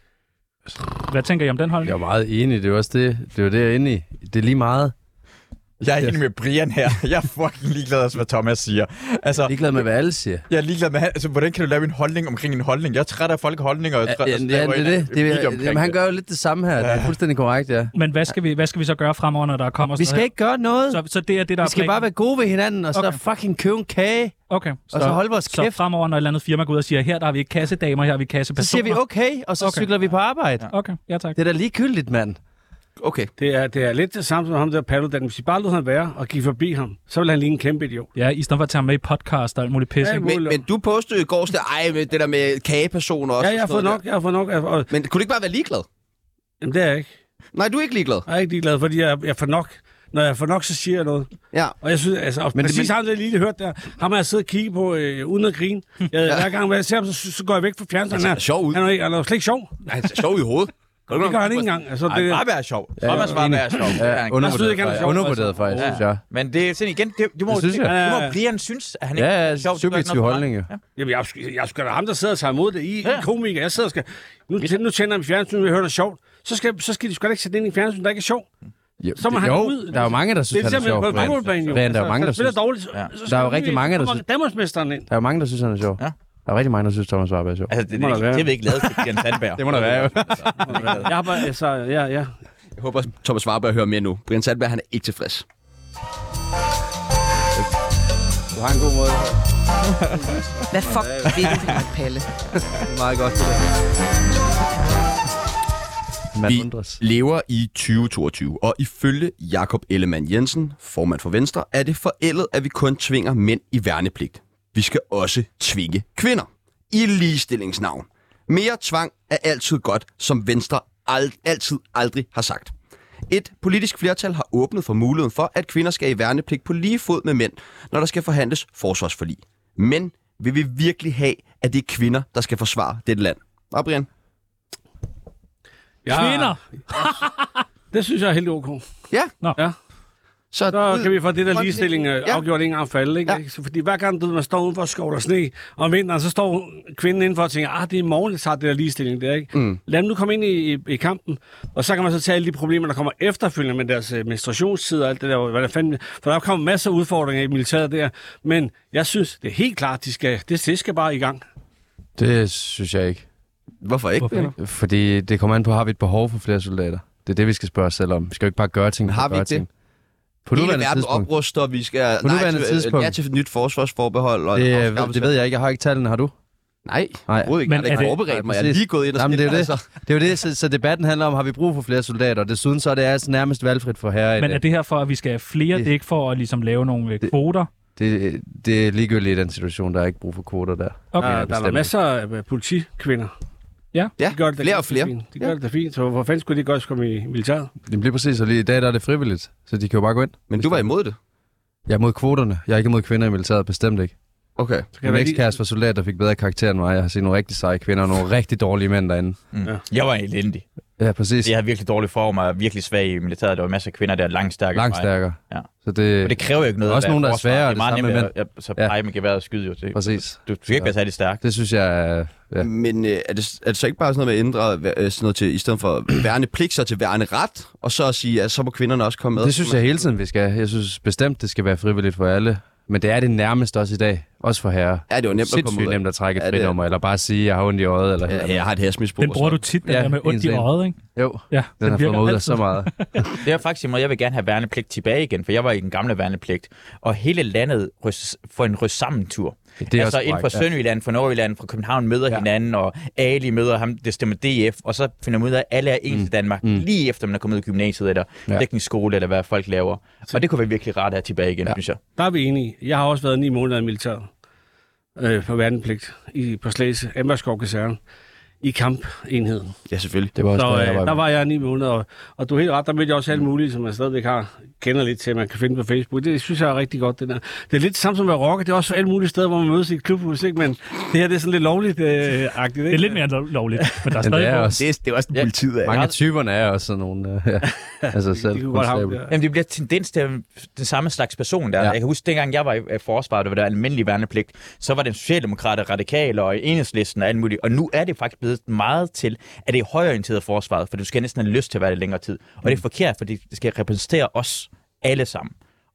Hvad tænker I om den holdning? Jeg er meget enig, det er også det. Det er jo det, jeg er inde i. Det er lige meget. Jeg er enig med Brian her. Jeg er fucking ligeglad med, hvad Thomas siger. Altså, Ligeglad med, hvad alle siger. jeg er ligeglad med, altså, hvordan kan du lave en holdning omkring en holdning? Jeg er træt af folk holdninger. Ja, det er det. Jamen, han gør jo lidt det samme her. Det er fuldstændig korrekt, ja. Men hvad skal vi så gøre fremover, når der kommer? Vi skal ikke gøre noget. Så det er det, der vi skal bare være gode ved hinanden, og så fucking købe en kage. Okay. Og så holde vores kæft. Så fremover, når et eller andet firma går ud og siger, her der har vi ikke kassedamer, her har vi kassepersoner. Så siger vi okay, og så cykler vi på arbejde. Okay, ja tak. Det er da ligegyldigt, mand. Okay. Det er lidt det samme som ham der Paludan. Hvis I bare lod ham være og gik forbi ham, så ville han ligne en kæmpe idiot. Ja, i stedet for at tage ham med i podcast og alt muligt pisse. Ja, Men du postede i går, det der med kagepersoner også. Ja, jeg har fået nok. Men kunne du ikke bare være ligeglad? Jamen, det er jeg ikke. Nej, du er ikke ligeglad. Jeg er ikke ligeglad, fordi jeg får nok. Når jeg får nok, så siger jeg noget. Ja. Og jeg synes, altså, præcis ham, der lige hørt der, ham har jeg siddet og kigget på uden at grine. Hver gang, jeg ser ham, så går jeg væk fra fjernsynet. Han er sjov ud. Han er slet ikke sjov. Nej, han er sjov i hovedet. Det gør han ikke engang. Altså, det bare være sjov. Thomas bare være sjov. Undervurderet faktisk, synes jeg. Men det er sådan igen, det må Brian synes, at han ikke er sjov. Subjektiv holdning, ja. Jamen, jeg skal da ham, der sidder og tager imod det i komiker. Jeg sidder og skal... Nu tænder jeg i fjernsynet, vi hører det sjovt. Så skal de sgu da ikke sætte ind i fjernsynet, der ikke er sjov. Så må han ud. Der er jo mange, der synes, han er sjov. Det er simpelthen på der er mange, der spiller dårligt. Der er jo rigtig mange, der synes... Danmarksmesteren ind. Der er jo mange, der synes, han er sjov. Der er rigtig mange, der synes, Thomas Warberg er sjov. Altså, det er vi ikke lavet til Jens Sandberg. Det må der være, jo. Jeg har bare... Altså, ja. Jeg håber, Thomas Warberg hører mere nu. Brian Sandberg, han er ikke tilfreds. Du har en god måde. Hvad fuck vil du, Palle? Det er meget godt, det der. Vi lever i 2022, og ifølge Jakob Ellemann Jensen, formand for Venstre, er det forældet, at vi kun tvinger mænd i værnepligt. Vi skal også tvinge kvinder. I ligestillingsnavn. Mere tvang er altid godt, som Venstre aldrig har sagt. Et politisk flertal har åbnet for muligheden for, at kvinder skal i værnepligt på lige fod med mænd, når der skal forhandles forsvarsforlig. Men vil vi virkelig have, at det er kvinder, der skal forsvare dette land? Og Brian? Kvinder! Det synes jeg er helt ok. Ja. Nå. Ja. Så kan vi få det der ligestilling afgjort en gang for alle, ikke? Ja. Fordi hver gang man står udenfor og skovler sne om vinteren, så står kvinden indenfor og tænker, det er i morgen, jeg tager det der ligestilling der, ikke? Lad dem nu komme ind i kampen, og så kan man så tage alle de problemer, der kommer efterfølgende med deres menstruationstid og alt det der, hvad der fandme. For der kommer masser af udfordringer i militæret der, men jeg synes, det er helt klart, det skal bare i gang. Det synes jeg ikke. Hvorfor ikke? Fordi det kommer an på, har vi et behov for flere soldater? Det er det, vi skal spørge os selv om. Vi skal jo ikke bare gøre ting. Har vi ikke det? På hele verden opruster, vi skal til et nyt forsvarsforbehold. Og det ved jeg ikke. Jeg har ikke tallene. Har du? Nej. Ikke. Men jeg har ikke forberedt mig. Jeg er lige gået ind og det er jo det. Så debatten handler om, har vi brug for flere soldater? Og desuden så er det altså nærmest valgfrit for herre. Men er det her for, at vi skal have flere? Det er ikke for at ligesom lave nogle kvoter? Det er ligegyldigt i den situation. Der er ikke brug for kvoter der. Okay. Der er masser af politikvinder. Ja, de gør det flere og flere. De gør det da fint, så hvor fanden skulle de godt komme i militæret? Det bliver præcis, og lige i dag der er det frivilligt, så de kan jo bare gå ind. Men du var imod det? Jeg er mod kvoterne. Jeg er ikke imod kvinder i militæret, bestemt ikke. Okay. Min ekskæreste var soldat, der fik bedre karakter end mig. Jeg har set nogle rigtig seje kvinder og nogle rigtig dårlige mænd derinde. Ja. Jeg var elendig. Ja, præcis. Jeg havde virkelig dårlig form og virkelig svag i militæret. Der var masser af kvinder, der er langt stærkere. Langt stærkere. Ja. Så det, og det kræver jo ikke noget. Også nogen, der er sværere. Det er meget nemmere så pege med geværet og skyde jo. Præcis. Du skal ikke være særlig stærk. Det synes jeg. Ja. Men er det så ikke bare sådan noget med at ændre sådan noget til, i stedet for værnepligt, så til værneret, og så at sige, at så må kvinderne også komme med? Det synes jeg hele tiden, vi skal. Jeg synes bestemt, det skal være frivilligt for alle. Men det er det nærmest også i dag. Også for herrer. Ja, det var nemt at komme ud af. Nemt at trække et frinummer, eller bare sige, at jeg har ondt i øjet. Eller jeg har et hæsmisbrug. Den bruger du tit, den der med ondt i øjet, ikke? Jo, den har fået mig ud af så meget. Det er faktisk jeg vil gerne have værnepligt tilbage igen, for jeg var i den gamle værnepligt. Og hele landet får en røs-sammen-tur. Altså inden for Sønderjylland, fra Nordjylland, fra København møder hinanden, og Ali møder ham, det stemmer DF, og så finder man ud af, at alle er ens i Danmark, lige efter man er kommet ud af gymnasiet, eller teknisk skole, eller hvad folk laver. Og det kunne være virkelig rart at have tilbage igen, synes jeg. Der er vi enige. Jeg har også været 9 måneder i militæret på værnepligt på Slagelse, Amberskov Kaserne, i kampenheden. Ja, selvfølgelig. Det var også der var jeg 9 måneder, og du er helt ret, der mødte jeg også alt muligt, som man stadigvæk kender lidt til, man kan finde på Facebook. Det synes jeg er rigtig godt, det der. Det er lidt samme som at rocker, det er også alle mulige steder, hvor man mødes i et klubhus, ikke? Men det her, det er sådan lidt lovligt-agtigt, ikke? Det er lidt mere lovligt, men der er stadig det er også den politiet af. Mange af typerne er også sådan nogle... altså selv. Jamen, det bliver tendens til den samme slags person der. Ja. Jeg kan huske, dengang jeg var i forsvaret, der var der almindelig værnepligt, så var den socialdemokrater, radikale og Enhedslisten og alt muligt. Og nu er det faktisk blevet meget til, at det er højorienteret forsvaret, for du skal næsten have lyst til at være det længere tid. Og det er forkert, fordi det skal repræsentere os alle sammen.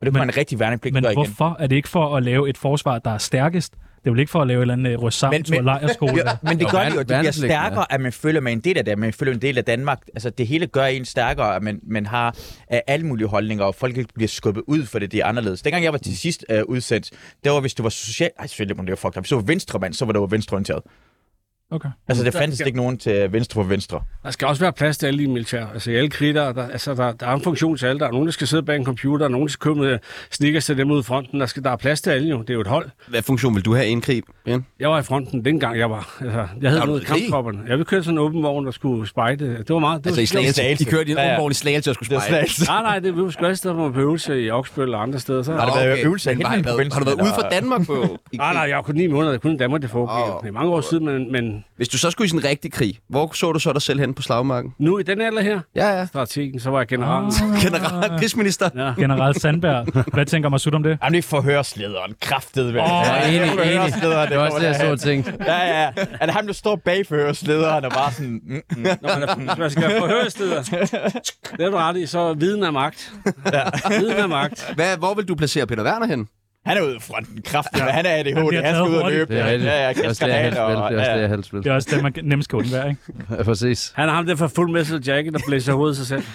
Og det kunne man rigtig værnepligt men gøre igen. hvorfor? Er det ikke for at lave et forsvar, der er stærkest? Det er vel ikke for at lave et eller andet Røssamtur lejrskole? Men det gør det jo. Det bliver stærkere, at man føler med en del af det, at man føler en del af Danmark. Altså, det hele gør en stærkere, at man har alle mulige holdninger, og folk ikke bliver skubbet ud, for det er anderledes. Dengang jeg var til sidst udsendt, det var, hvis du var social... Ej, selvfølgelig, det var fucked up. Hvis du var venstremand, så var du venstreorienteret. Okay. Altså, det fandtes ikke nogen til venstre for venstre. Der skal også være plads til alle de militære. Altså, alle kritter, der er en funktion til alle. Der er nogen, der skal sidde bag en computer, der er nogen, der skal købe med sneakers til dem ude i fronten. Der er plads til alle jo. Det er jo et hold. Hvad funktion vil du have i en krig, Brian? Jeg var i fronten dengang jeg var. Altså, jeg havde noget i kamptropperne. Jeg ville køre sådan en åben vogn, der skulle spejde. Det var meget... Altså i Slagelse? De kørte i en åben vogn i Slagelse og skulle spejde? Nej, det var sgu altid på øvelse i Oksbøl og andre steder. Så har det været øvelse af Har du været ude fra Danmark på? Nej, jeg var kun 9 måneder. Kun i Danmark, det foregik. Det er mange år siden, men... Hvis du så skulle i sådan en rigtig krig, hvor så du så dig selv hen på slagmarken? Nu i den alder her? Ja. Strategen, så var jeg general. General, krigsminister. Ja. General Sandberg. Hvad tænker Masud om det? Jamen, det er forhørslederen. Kraftet. Enig. Det var også det, jeg så tænkt. Ja. Er det ham, der står bag forhørslederen og bare sådan... Når man skal forhørsleder, det er du ret i, så viden er magt. Viden er magt. Hvor vil du placere Peter Werner hen? Han er ude i fronten kraftigt, men han er ADHD. Han skal ud og løbe. Det er det også det, jeg helst vil. Det er også det, man nemmest kan undvære, ikke? Ja, præcis. Han er ham der fra Full Metal Jacket, der blæser hovedet sig selv.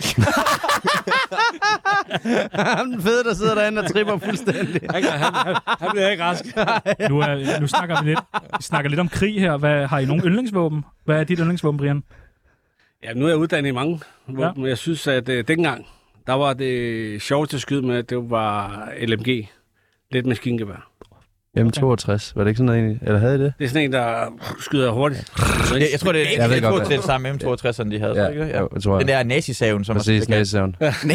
Han den fede, der sidder derinde og tripper fuldstændig. Han bliver ikke rask. Nu snakker lidt om krig her. Har I nogen yndlingsvåben? Hvad er dit yndlingsvåben, Brian? Ja, nu er jeg uddannet i mange våben, men jeg synes, at dengang, der var det sjoveste at skyde med, det var LMG. Lidt maskingevær. M62, var det ikke sådan noget, eller havde I det? Det er sådan en, der skyder hurtigt. Jeg tror, det er det samme M62'erne, de havde. Ja, jeg tror jeg. Den der nazisaven, som præcis, nazisaven.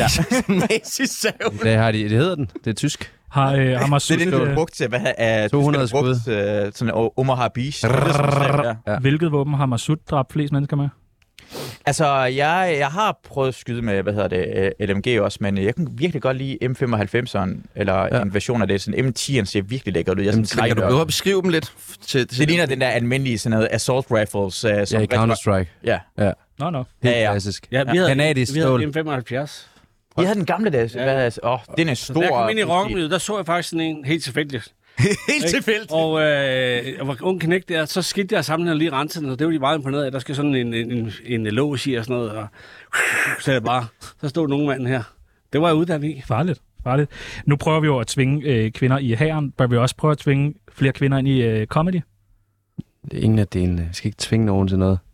Nazisaven. Det har de, det hedder den. Det er tysk. Har Masud... Det er den, du brugt til, hvad er 200 skud. Sådan Omar Habish. Hvilket våben har Masud dræbt flest mennesker med? Altså, jeg har prøvet at skyde med, LMG også, men jeg kan virkelig godt lide M95'eren, eller en version af det. Sådan M10'eren ser virkelig lækkert ud. Kan du prøve at beskrive dem lidt? Det ligner den der almindelige sådan noget assault rifles. Ja, i Counter-Strike. Ja. Nå. Helt klassisk. Ja, vi havde kanadisk stål. M75. Vi havde den gamle der. Den er stor. Da jeg kom ind i rockmiljøet, der så jeg faktisk sådan en helt tilfældigt. Helt tilfældigt. Og jeg var ung knægt der, så skidte jeg sammen og lige rense den, og det var de meget imponeret af. Der skal sådan en låg i og sådan noget, og så det bare, så stod nogle manden her. Det var jeg uddannet i. Farligt. Nu prøver vi jo at tvinge kvinder i hæren. Bør vi også prøve at tvinge flere kvinder ind i comedy? Det er ingen af delene. Jeg skal ikke tvinge nogen til noget.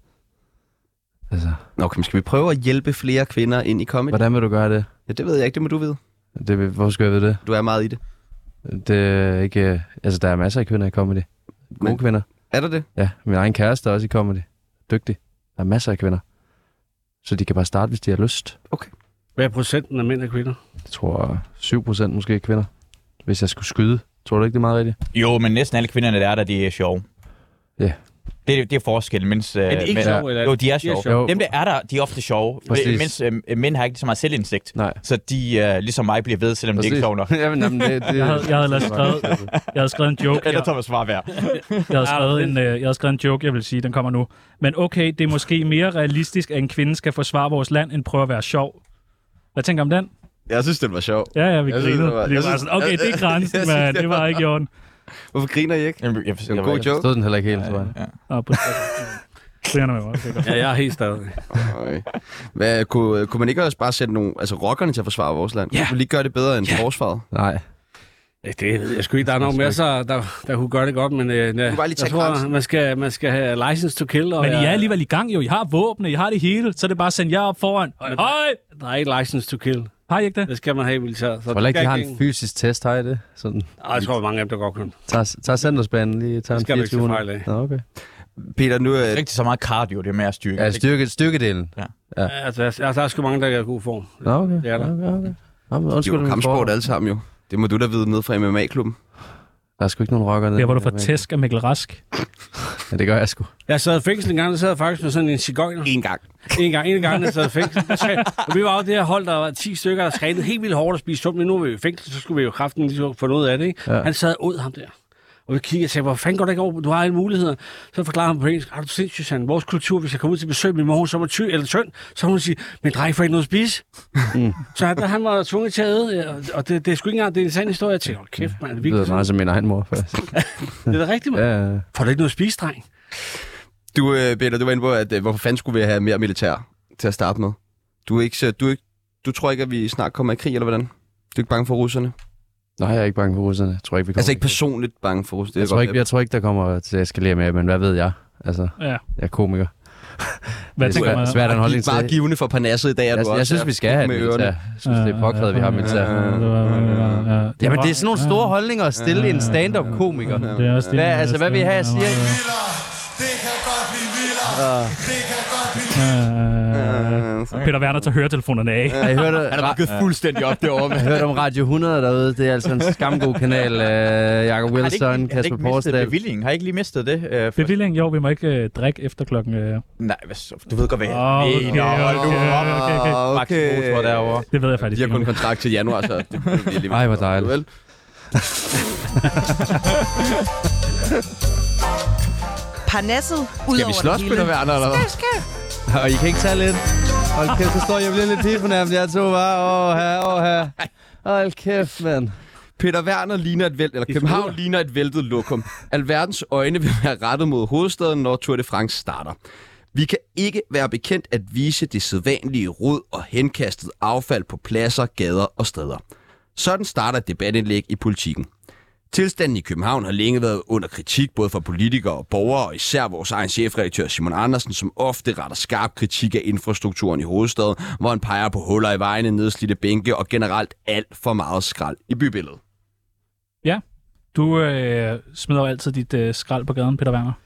Altså. Okay, skal vi prøve at hjælpe flere kvinder ind i comedy? Hvordan vil du gøre det? Ja, det ved jeg ikke. Det må du vide. Hvorfor skal jeg vide det? Du er meget i det. Det er ikke... Altså, der er masser af kvinder i comedy. Gode kvinder. Er der det? Ja, min egen kæreste er også i comedy. Dygtig. Der er masser af kvinder. Så de kan bare starte, hvis de har lyst. Okay. Hvad er procenten af mænd og kvinder? Jeg tror 7% måske kvinder. Hvis jeg skulle skyde. Tror du ikke, det er meget rigtigt? Jo, men næsten alle kvinderne, der er der, de er sjove. Ja. Yeah. Det er forskellen, mens... Er de ikke sjove? Jo, de er sjove. Jo. Dem, der er der, de er ofte sjove. Mens mænd har ikke så meget selvindsigt. Nej. Så de, ligesom mig, bliver ved, selvom de ikke er sjove nok. Jamen, Jeg havde skrevet en joke. Eller Thomas Warberg. Jeg havde skrevet en joke, jeg vil sige, den kommer nu. Men okay, det er måske mere realistisk, at en kvinde skal forsvare vores land, end prøve at være sjov. Hvad tænker du om den? Jeg synes, det var sjovt. Ja, vi grinede. Okay, det er grænsen, men det var ikke i orden. Hvorfor griner I ikke? Det er en god joke. Stod den heller ikke helt, tror jeg. Ja, jeg er helt stadig. Hvad, kunne man ikke også bare sætte nogle rockerne til at forsvare vores land? Ja. Kunne lige gøre det bedre end forsvaret? Nej. Det ved jeg sgu ikke. Der er nok masser, der kunne gøre det godt, men jeg tror, man skal have license to kill. Men I er alligevel i gang jo. I har våbne, I har det hele. Så er det bare at sende jer op foran. Hej! Der er ikke license to kill. Har I ikke det? Det skal man have i militæret. Jeg tror ikke, de har en fysisk test, har I det? Sådan. Jeg tror, mange af dem, der godt kan. Tag centersbanen lige. Det skal du ikke se fejl af. Okay. Peter, nu er det ikke så meget cardio, det er mere styrke. Ja, styrkedelen. Ja. Altså, der er sgu mange, der er i god form. Okay. Det er der. Okay. Det er jo kampsport alle sammen jo. Det må du da vide ned fra MMA-klubben. Der er sgu ikke nogen rocker nede. Der, hvor du får tæsk af Mikkel Rask. Ja, det gør jeg sgu. Jeg sad i fængsel en gang, der sad jeg faktisk med sådan en cigøjner. En gang, der sad i fængsel. Og vi var jo det her hold, der var 10 stykker, der trænede helt vildt hårdt at spise sundt. Men nu var vi i fængsel, så skulle vi jo kraften lige få noget af det, ikke? Ja. Han sad ud ham der. Og vi kiggede og sagde, hvor fanden går det ikke over? Du har alle muligheder. Så forklarer han på engelsk, har du set, Susanne, vores kultur, hvis jeg kommer ud til besøg min mor, som er tyk eller tynd, så hun sige, men dreng, får ikke noget at spise. Så han var tvunget til at æde, og det er sgu ikke engang, det er en sand historie. Jeg tænkte, kæft, mand, det er Det er meget som min egen mor, faktisk. Det er da rigtigt, mand. Ja. Får du ikke noget at spise, dreng? Du, Peter, du var inde på, at hvorfor fanden skulle vi have mere militær til at starte med? Du tror ikke, at vi snart kommer i krig, eller hvordan? Du er ikke bange for russerne? Nej, jeg er ikke bange for russerne. Jeg tror ikke, vi kommer. Altså ikke personligt bange for russerne? Jeg tror ikke, der kommer til at eskalere mere, men hvad ved jeg? Altså, jeg er komiker. Hvad tænker man? Svært en holdning til. Meget givende for Parnasset i dag, at du også jeg synes, vi skal have militær. Jeg synes, det er påkrævet, vi har militær. Jamen, det er sådan nogle store holdninger at stille en stand-up-komiker. Hvad vil I have, jeg siger? Det kan godt blive vildere. Det kan godt blive Peter Werner tager høretelefonerne af. Jeg hørte, han er rykket fuldstændig op derovre. Jeg hørte om Radio 100 derude. Det er altså en skamgod kanal. Jacob Wilson, Kasper Porsdal. Bevillingen? Har I ikke lige mistet det? Bevilling? Jo, vi må ikke drikke efter klokken... Nej, du ved godt, hvad okay. Max Motor derovre. Det ved jeg faktisk ikke. De har kun kontrakt til januar, så... Ej, hvor dejligt. Parnasset ud over det hele. Skal vi slås, Peter Werner, eller hvad? Skal. Og I kan ikke tage lidt. Hold kæft, så står jeg bliver lidt pigefornærmet. Jeg to var. Her. Hold kæft, mand. Peter Werner ligner et vælt, eller København ligner et væltet lokum. Alverdens øjne vil være rettet mod hovedstaden, når Tour de France starter. Vi kan ikke være bekendt at vise det sædvanlige rod og henkastet affald på pladser, gader og stræder. Sådan starter et debatindlæg i Politikken. Tilstanden i København har længe været under kritik, både fra politikere og borgere, og især vores egen chefredaktør Simon Andersen, som ofte retter skarp kritik af infrastrukturen i hovedstaden, hvor han peger på huller i vejene, nedslidte bænke og generelt alt for meget skrald i bybilledet. Ja, du smider jo altid dit skrald på gaden, Peter Werner.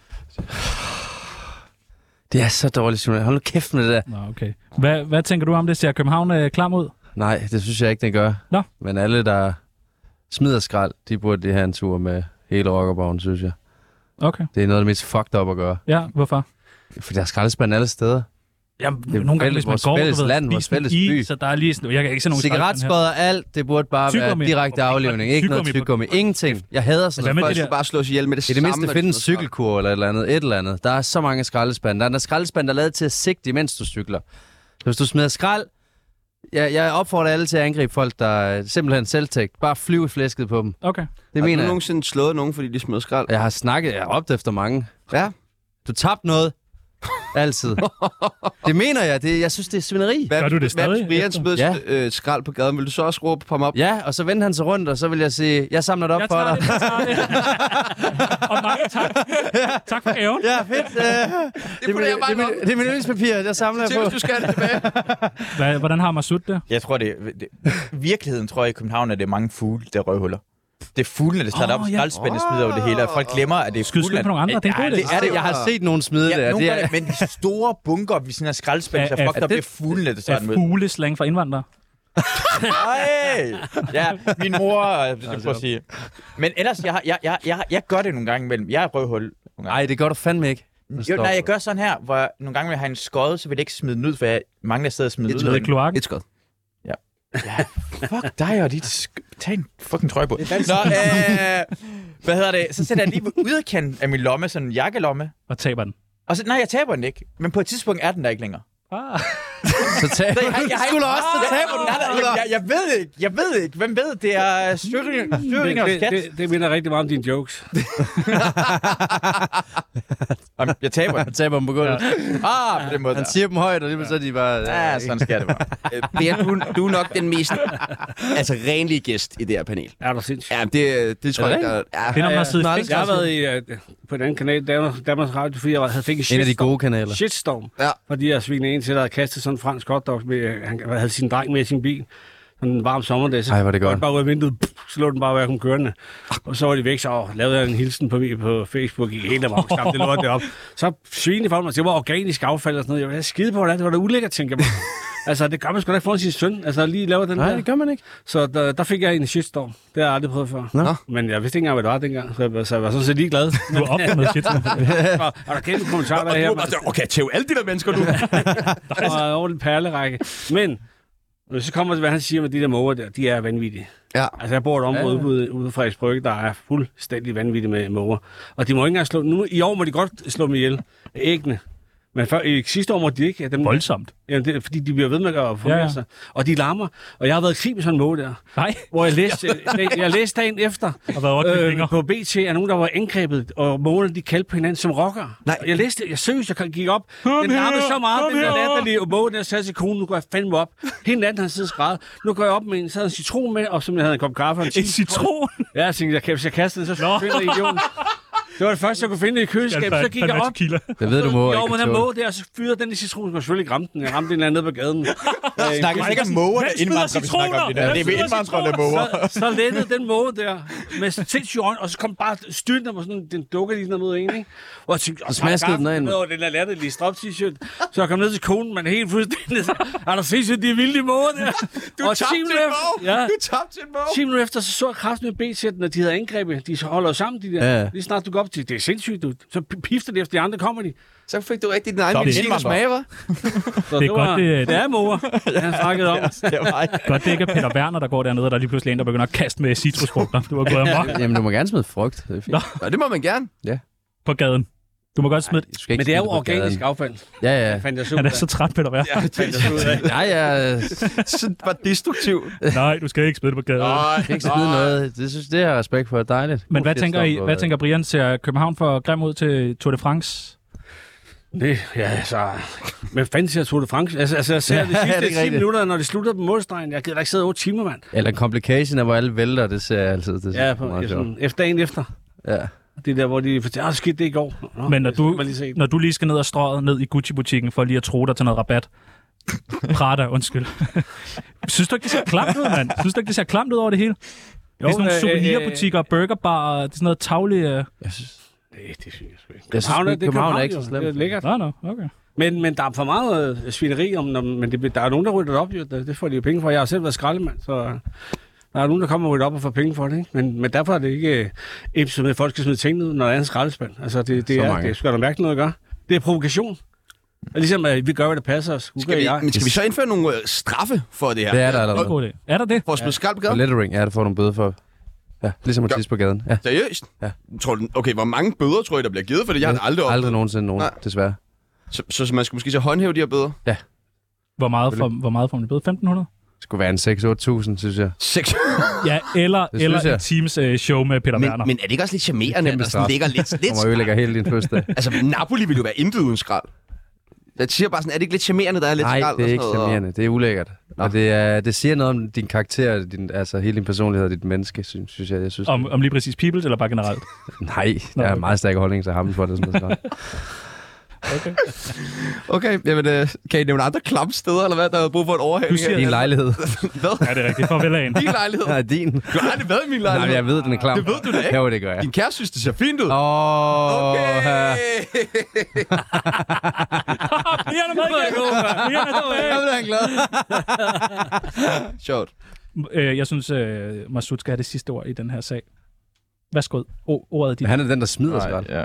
Det er så dårligt, Simon. Hold nu kæft med det der. Nå, okay. Hvad tænker du om det? Ser København klam ud? Nej, det synes jeg ikke, den gør. Nå. Men alle, der smider skrald, de burde have en tur med hele rockerborgen, synes jeg. Okay. Det er noget af det mest fucked up at gøre. Ja, hvorfor? For der er skraldespand alle steder. Jamen, nogle gange, hvis man går, vores fælles by. Så der er lige sådan, jeg kan ikke se nogen cigaretskåder, alt, det burde bare være direkte aflivning. Ikke noget tyggegummi. Ingenting. Jeg hader sådan noget. Folk skulle bare slås ihjel med det samme. I det mindste finde en cykelkur eller et eller andet. Der er så mange skraldespand. Der er en skraldespand, der er lavet til at sigte, imens du cykler. Så hvis du smider skrald, jeg opfordrer alle til at angribe folk, der simpelthen selvtægt. Bare flyve i flæsket på dem. Okay. Det mener du nogensinde slået nogen, fordi de smider skrald? Jeg har råbt efter mange. Ja. Du tabte noget. Altid. Det mener jeg. Jeg synes, det er svineri. Gør du det stadig? Hvad hvis Brian smed skrald på gaden? Vil du så også råbe på ham op? Ja, og så vendte han sig rundt, og så vil jeg sige, jeg samler det op for dig. Og mange tak. Tak for gaven. Ja, fedt. Det er min yndlingspapir, jeg samler på. Du skal det tilbage. Hvordan har Masud det? Jeg tror, virkeligheden tror jeg i København, at det er mange fugle, der røghuller. Det er fuglene, der starter op og skraldspænde smider over det hele, og folk glemmer, at det er fuglene. Skyld på nogle andre, det er det er det. Jeg har set nogen smide det. Men de store bunker, vi sådan har skraldspænde, så fuck, der bliver fuglene, der starter med. Er fugleslang for indvandrere? Nej! Ja, min mor, det skal jeg sige. Men ellers, jeg gør det nogle gange imellem. Jeg er røvhul. Nej, det gør du fandme ikke. Jo, jeg gør sådan her, hvor nogle gange vil jeg have en skod, så vil jeg ikke smide den ud, for jeg mangler et sted at smide den ud. Et kloak? Et skod. Ja, fuck dig og dit... Tag en fucking trøje på. Nå, hvad hedder det? Så sætter jeg lige udkant af min lomme, sådan en jakkelomme. Og taber den? Og så, nej, jeg taber den ikke. Men på et tidspunkt er den der ikke længere. Så taber du. Jeg ved ikke. Hvem ved? Det er Støvringers kat. Det minder rigtig meget om dine jokes. Jeg taber den. Jeg taber dem på gulvet. På den måde. Han siger dem højt, og lige så de bare... Ja, sådan skal det bare. Bea, du er nok den mest renlige gæst i det her panel. Er du sindssygt? Ja, det tror jeg ikke. Jeg har været på den anden kanal, Danmarks Radio 4, og havde fik en af de gode kanaler. Shitstorm. Fordi jeg svingede en til, der havde kastet sådan en fransk hotdog med, han havde sin dreng med i sin bil. Sådan en varm sommerdag. Ej, var det godt. Bare ud af vinduet, så lå den bare ved at komme kørende. Og så var de væk, så lavede jeg en hilsen på Facebook, gik helt amok, skabte det lort det op. Så svinede folk mig, det var organisk affald og sådan noget. Jeg var skide på det, det var da ulækkert, tænker jeg. Altså, det gør man sgu da ikke foran sin søn. Altså, lige laver den der. Nej, det gør man ikke. Så der fik jeg en shitstorm. Det har jeg aldrig prøvet før. Nå. Men jeg vidste ikke engang, hvad det var dengang. Så jeg var sådan set ligeglad. Du har opfundet shitstorm. Og der kæmpe kommentarer der her. Okay, tæv alle de der mennesker, du. Og over den perlerække. Men Men så kommer det, hvad han siger med de der måger der, de er vanvittige. Ja. Altså, jeg bor et område ude på Frederiks Brygge, der er fuldstændig vanvittige med måger. Og de må ikke engang slå... Nu, i år må de godt slå dem ihjel. Æggene. Men i sidste år må de ikke. Dem, Voldsomt. Ja, det er, fordi de bliver ved med at formere sig. Og de larmer. Og jeg har været i krig med sådan en måge der. Nej. Hvor jeg læste dagen efter på BT, at nogen, der var angrebet, og mågerne, de kaldte på hinanden som rockere. Nej. Jeg læste, jeg gik op. Den larmede så meget, den der latterlige, og mågen der sagde til konen, nu går jeg fandme op. Hele natten han sidder skræd. Nu går jeg op med en, så havde en citron med, og som jeg havde en kop kaffe. En citron? Ja, jeg tænkte, hvis jeg kaster den, så finder jeg idioten. Det var det første, jeg kunne finde i køleskabet. Så gik jeg op. Det ved du, må ikke. Jo, men den måge der, og så fyrede den i citron. Jeg kunne selvfølgelig ikke ramme den. Jeg ramte en eller anden nede på gaden. Snakker vi ikke om måger, der indvandrer, vi snakker om det der. Det er ved indvandrende måger. Så lettede den måge der med sindssygt øjne, og så kom bare styrten der, sådan, den dukker lige mod en, ikke? Og jeg tænkte, og smaskede den ind. Og den der latterlige strop-t-shirt. Så jeg kom ned til konen, men helt fuldstændig. Har du set, de er vilde måger der? Du tabte til en måge! Du tabte til en måge! 10 minutter efter, så jeg kraften med B-sætten, at de havde angrebet. De holder sammen, de der. Ja. Lige snart du går op til, det er sindssygt, du. Så pifter de efter de andre, kommer de. Så fik du rigtig din egen medicin og smag, hva'? Så Det er godt, det er måger, han snakkede om. Godt, det ikke er Peter Werner, der går dernede, og der er lige pludselig en, der begynder at kaste med citrusfrugter. Du har gået amok Jamen, du må gerne smide frugt. Det er fint. Ja, det må man gerne. på gaden. Du må godt smide... Du skal ikke Men det er jo smide på gaden. organisk affald. Ja. Fandt jeg så Han ud er af. så træt, Peter Werner. Ja, fandt jeg så ud af. Nej, jeg Så var destruktiv. Nej, du skal ikke smide det på gaden. kan ikke smide noget. Det synes det har jeg respekt for. Dejligt. Men hvad God tænker I? shitstorm, Hvad tænker Brian? Ser København for grim ud til Tour de France? Det, ja, altså... Men fanden siger Tour de France? Altså jeg ser Ja, de det er sidste ikke 10 rigtigt. minutter, når de slutter på målstregen. Jeg gider da ikke sidde 8 timer, mand. Eller en complication af, hvor alle vælter, det ser jeg altid. Det Ja, er på, meget sjovt. sådan, efter dagen efter. Ja. Det der, hvor de fortæller, så skete det i går. Nå, Men det skal man lige se. når du lige skal ned og strøget ned i Gucci-butikken for lige at tro dig til noget rabat. Prada, undskyld. Synes du ikke, det ser klamt ud, mand? Synes du ikke, det ser klamt ud over det hele? Jo, det er sådan nogle souvenirbutikker, burgerbarer, det er sådan noget taglige... Det synes jeg sgu ikke. Jeg synes, København er ikke så jo. slemt. Det er lækkert. Nå, okay. Men der er for meget svineri om, men der er nogen, der rydder det op. Jo. Det får de jo penge for. Jeg har selv været skraldemand, så der er nogen, der kommer og rydder op og får penge for det. Ikke? Men derfor er det ikke episode med, at folk skal smide tingene ud, når der er en skraldespand. Altså, det er sgu da mærkeligt noget at gøre. Det er provokation. Ligesom, at vi gør, hvad der passer os. Skal vi så indføre nogle straffe for det her? Det er der allerede. God idé. Er der det? For at smide skrald på Og gaden? littering, ja, det får nogle bøde for. Ja, ligesom at tisse på gaden. Ja. Seriøst? Ja. Tror du, okay, hvor mange bøder tror I, der bliver givet for det? Jeg har aldrig oplevet. Aldrig nogensinde nogen, Nej. desværre. Så man skulle måske så håndhæve de her bøder? Hvor meget får man bøde? 1.500? Det skulle være en 6-8.000, synes jeg. 6. Ja, eller synes jeg. et teams show med Peter Werner. Men er det ikke også lidt charmerende, at der sådan ligger lidt Kommer ødelægger hele din fødselsdag. Altså, Napoli ville jo være intet uden skrald. Jeg siger bare sådan, er det ikke lidt charmerende, der er lidt Nej, skrald? det er ikke og sådan noget? charmerende. Det er ulækkert. Og det siger noget om din karakter, altså hele din personlighed og dit menneske, synes jeg. Jeg synes, Om lige præcis Peoples, eller bare generelt? Nej, jeg har en meget stærk holdning til ham for det. Sådan noget. Okay. Okay, jamen, kan I nævne andre klamme steder, eller hvad, der er brug for et overhæng? Du siger Din lejlighed. Hvad? Ja, det er rigtigt. Farvel af en. Din lejlighed? Nej, din. Du har aldrig været i min Nej, lejlighed. men jeg ved, den er klam. Det ved du da ikke. Jo, det gør jeg. Din kæreste synes, det ser fint ud. Okay. Brian er meget glad. Brian er tilbage. Jeg bliver glad. Sjovt. Jeg synes, Masud skal have det sidste ord i den her sag. Værsgo. Ordet er dit. Han er den, der smider sig.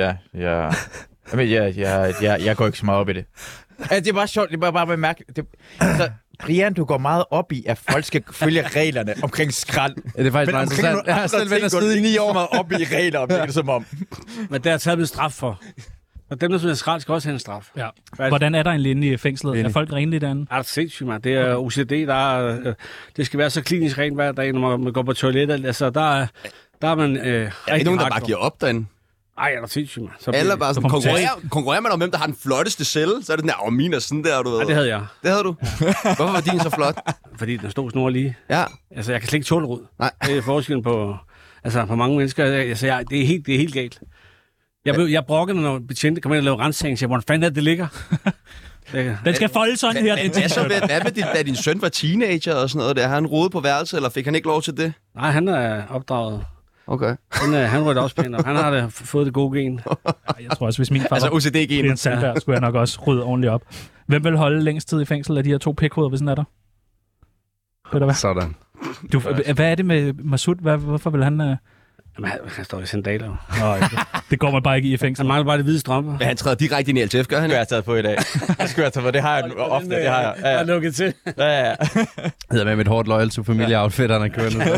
Jeg går ikke så meget op i det. Altså, det er bare sjovt. Det er bare bemærke. Altså, Brian, du går meget op i, at folk skal følge reglerne omkring skrald. Ja, det er faktisk meget interessant. Jeg har selv været afsted i 9 år. meget op i regler om det, som om. Men der er taget en straf for. Og dem, der synes, at skrald skal også have en straf. Ja. Hvordan er der en linje i fængslet? Er folk renlige derinde? Er det sindssygt, man? Det er OCD, der er... det skal være så klinisk rent hver dag, når man går på toilettet. Altså, der er man... Er der ikke nogen, der bare giver op derinde? Ej, er det sindssygt, man? Så Eller bare sådan, kommer konkurrerer man om, hvem der har den flotteste celle, så er det den der, min er sådan der, du ved. Ja, det havde jeg. Det havde du? Hvorfor var din så flot? Fordi den stod snor lige. Ja. Altså, jeg kan slet ikke tåle rod. Nej. Det er forskellen på... Altså, på mange mennesker. Altså, det er helt galt. Jeg brokkede, når betjente kom ind og lavede rensning, så jeg, hvordan fanden er det ligger? Den skal folde sådan her. Da din søn var teenager og sådan noget der, har han rodet på værelset, eller fik han ikke lov til det? Nej, han er opdraget. Okay. Han rydder også pænt op. Han har fået det gode gen. Jeg tror også, hvis min far Altså var OCD-gen. Brian Sandberg, skulle jeg nok også rydde ordentligt op. Hvem vil holde længst tid i fængsel af de her 2 pikhoveder, hvis den er der? Peter, hvad? Sådan. Hvad er det med Masud? Hvorfor vil han... Jamen, han står i sandaler. Det går man bare ikke i fængsel. Han mangler bare de hvide strømper. Men han træder direkte ind i LTF, gør han? Det har jeg taget på i dag. Det skal jeg tage på. Det har jeg ofte. Det har jeg. Jeg er lukket til. Ja. hedder med mit hårdt loyal to familie-outfit, han har kørt nu.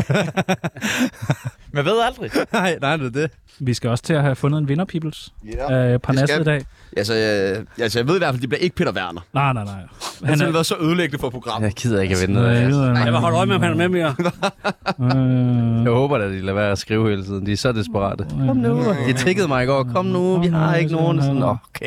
Man ved aldrig. Nej, det er det. Vi skal også til at have fundet en vinder, Peoples. Parnasset i dag. Altså, jeg ved i hvert fald, det bliver ikke Peter Werner. Nej. Han har været så ødelæggende for programmet. Jeg gider ikke at vinde noget. Jeg vil holde øje med, om han er med mere. Jeg håber da, de lader være at skrive hele tiden. De er så desperate. Kom nu. De tikkede mig i går. Kom nu, vi har ikke nogen. Sådan, okay.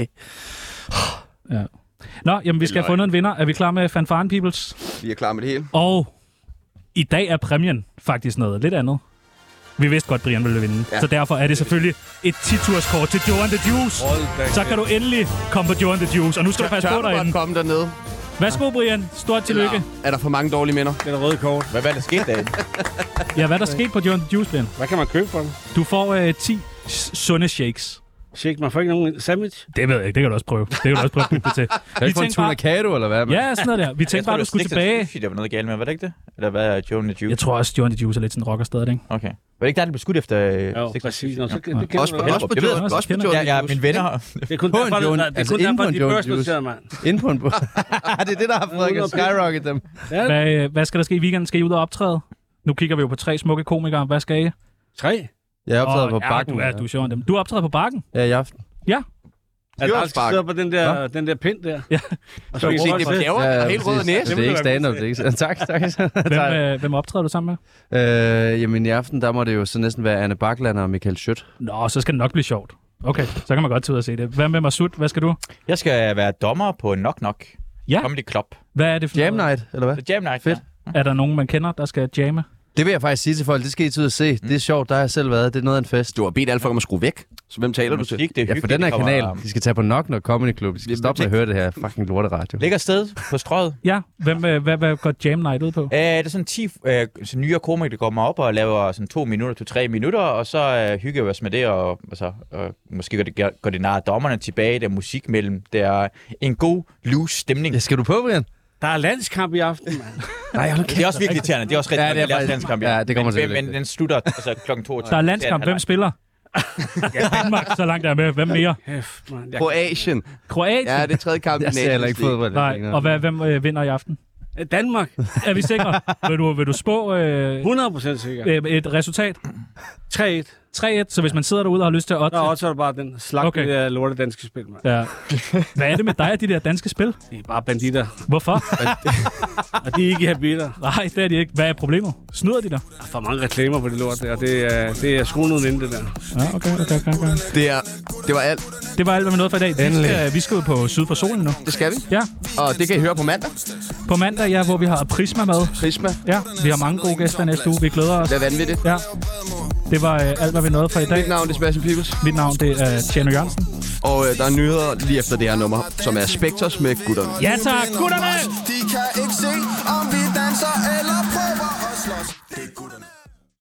Ja. Nå, jamen vi skal have fundet en vinder. Er vi klar med fanfaren, Peoples? Vi er klar med det hele. Og i dag er præmien faktisk noget lidt andet. Vi vidste godt, Brian ville vinde. Ja. Så derfor er det selvfølgelig et 10-turskort til Joe and the Juice. Så kan du endelig komme på Joe and the Juice. Og nu skal du passe på derinde. Komme dernede. Værsgo, Brian. Stort tillykke. Er der for mange dårlige minder? Det er røde kort. Hvad er der sket derinde? Ja, hvad der sket på Joe and the Juice, Brian? Hvad kan man købe for den? Du får 10 sunde shakes. Shake, man får ikke nogen sandwich? Det ved jeg ikke. Det kan du også prøve. Det til. Er det for en tuna kato, eller hvad? Ja, sådan noget der. Vi tænkte bare, du skulle tilbage. Der var noget galt med, var det ikke det? Eller hvad er Joe and the Juice? Jeg tror også, Joe and the Juice er lidt sådan en rockersted, ikke? Okay. Var det ikke der, der blev skudt efter... Jo, præcis. Nå, så det kender også på Joe. Ja, mine venner. Det er kun derfor, de børsnoterede, mand. Inden på en det er det, der har fået skyrocket dem. Hvad skal der ske i weekenden? Skal I ud og optræde? Nu kigger vi jo på 3 smukke komikere. Hvad skal I? 3? Jeg er optaget på Bakken. Du er sjovere end dem. Du er optaget på Bakken? Ja, i aften. Ja. Altså, der skal sidde på den der pind der. Ja. Og så kan se, det bjerger helt rød næse. Det er ikke stand-up, det er ikke. Tak. Hvem optræder du sammen med? Jamen i aften, der må det jo så næsten være Anne Bakland og Michael Schødt. Nå, så skal det nok blive sjovt. Okay, så kan man godt tage ud og se det. Hvad med Masud? Hvad skal du? Jeg skal være dommer på Knock Knock. Ja. Comedy Club. Hvad er det for Jam Night, eller hvad? Jam Night, fedt. Ja. Er der nogen, man kender, der skal jamme? Det vil jeg faktisk sige til folk. Det skal I ud og se. Det er sjovt, der har jeg selv været. Det er noget af en fest. Du har bedt alle folk om at skrue væk. Så hvem taler du til? Det er ja, for den her kanal. De skal tage på Knock Knock Comedy Club. De skal stoppe med at høre det her fucking lorteradio. Ligger sted på strøget. Ja. Hvad går Jam Night ud på? Det er sådan 10 nye komikere, der kommer op og laver sådan 2 minutter til 3 minutter, og så hygger vi os med det, og måske går det nær dommerne tilbage. Der er musik mellem. Der er en god loose stemning. Ja, skal du på, Brian? Der er landskamp i aften, mand. Nej, det er også virkelig irriterende. Det er også rigtig det er landskamp. Ja, det kommer til. Men den slutter klokken 22. Der er landskamp. Hvem spiller? Danmark, så langt der er med. Hvem mere? Kroatien. Ja, det er tredje kamp. Jeg ser heller ikke fodbold. Nej, og hvem vinder i aften? Danmark. Er vi sikre? Vil du spå 100% sikker. Et resultat? 3-1. 3-1, så hvis man sidder derude og har lyst til at otte... Nå, så er det bare den slagte der lorte danske spil, mand. Ja. Hvad er det med dig og de der danske spil? Det er bare banditter. Hvorfor? Og de er ikke habiter. Nej, det er de ikke. Hvad er problemet? Snyder de der? Der er for mange reklamer på det lort der. Det er skruen uden inde, det der. Ja, okay. Det var alt. Det var alt, hvad vi nåede for i dag. Vi skal ud på Syd for Solen nu. Det skal vi. Ja. Og det kan I høre på mandag. På mandag, ja, hvor vi har Prisma med. Prisma. Ja, vi har mange gode gæster næste uge. Vi glæder os. Det er vanvittigt. Ja. Det var alt, hvad vi nåede for i dag. Mit navn er Sebastian Pibels. Mit navn det er Tjerno Jørgensen. Og der er nyheder lige efter det her nummer, som er Spectres med Gutterne. Ja tak, Gutterne! De kan ikke se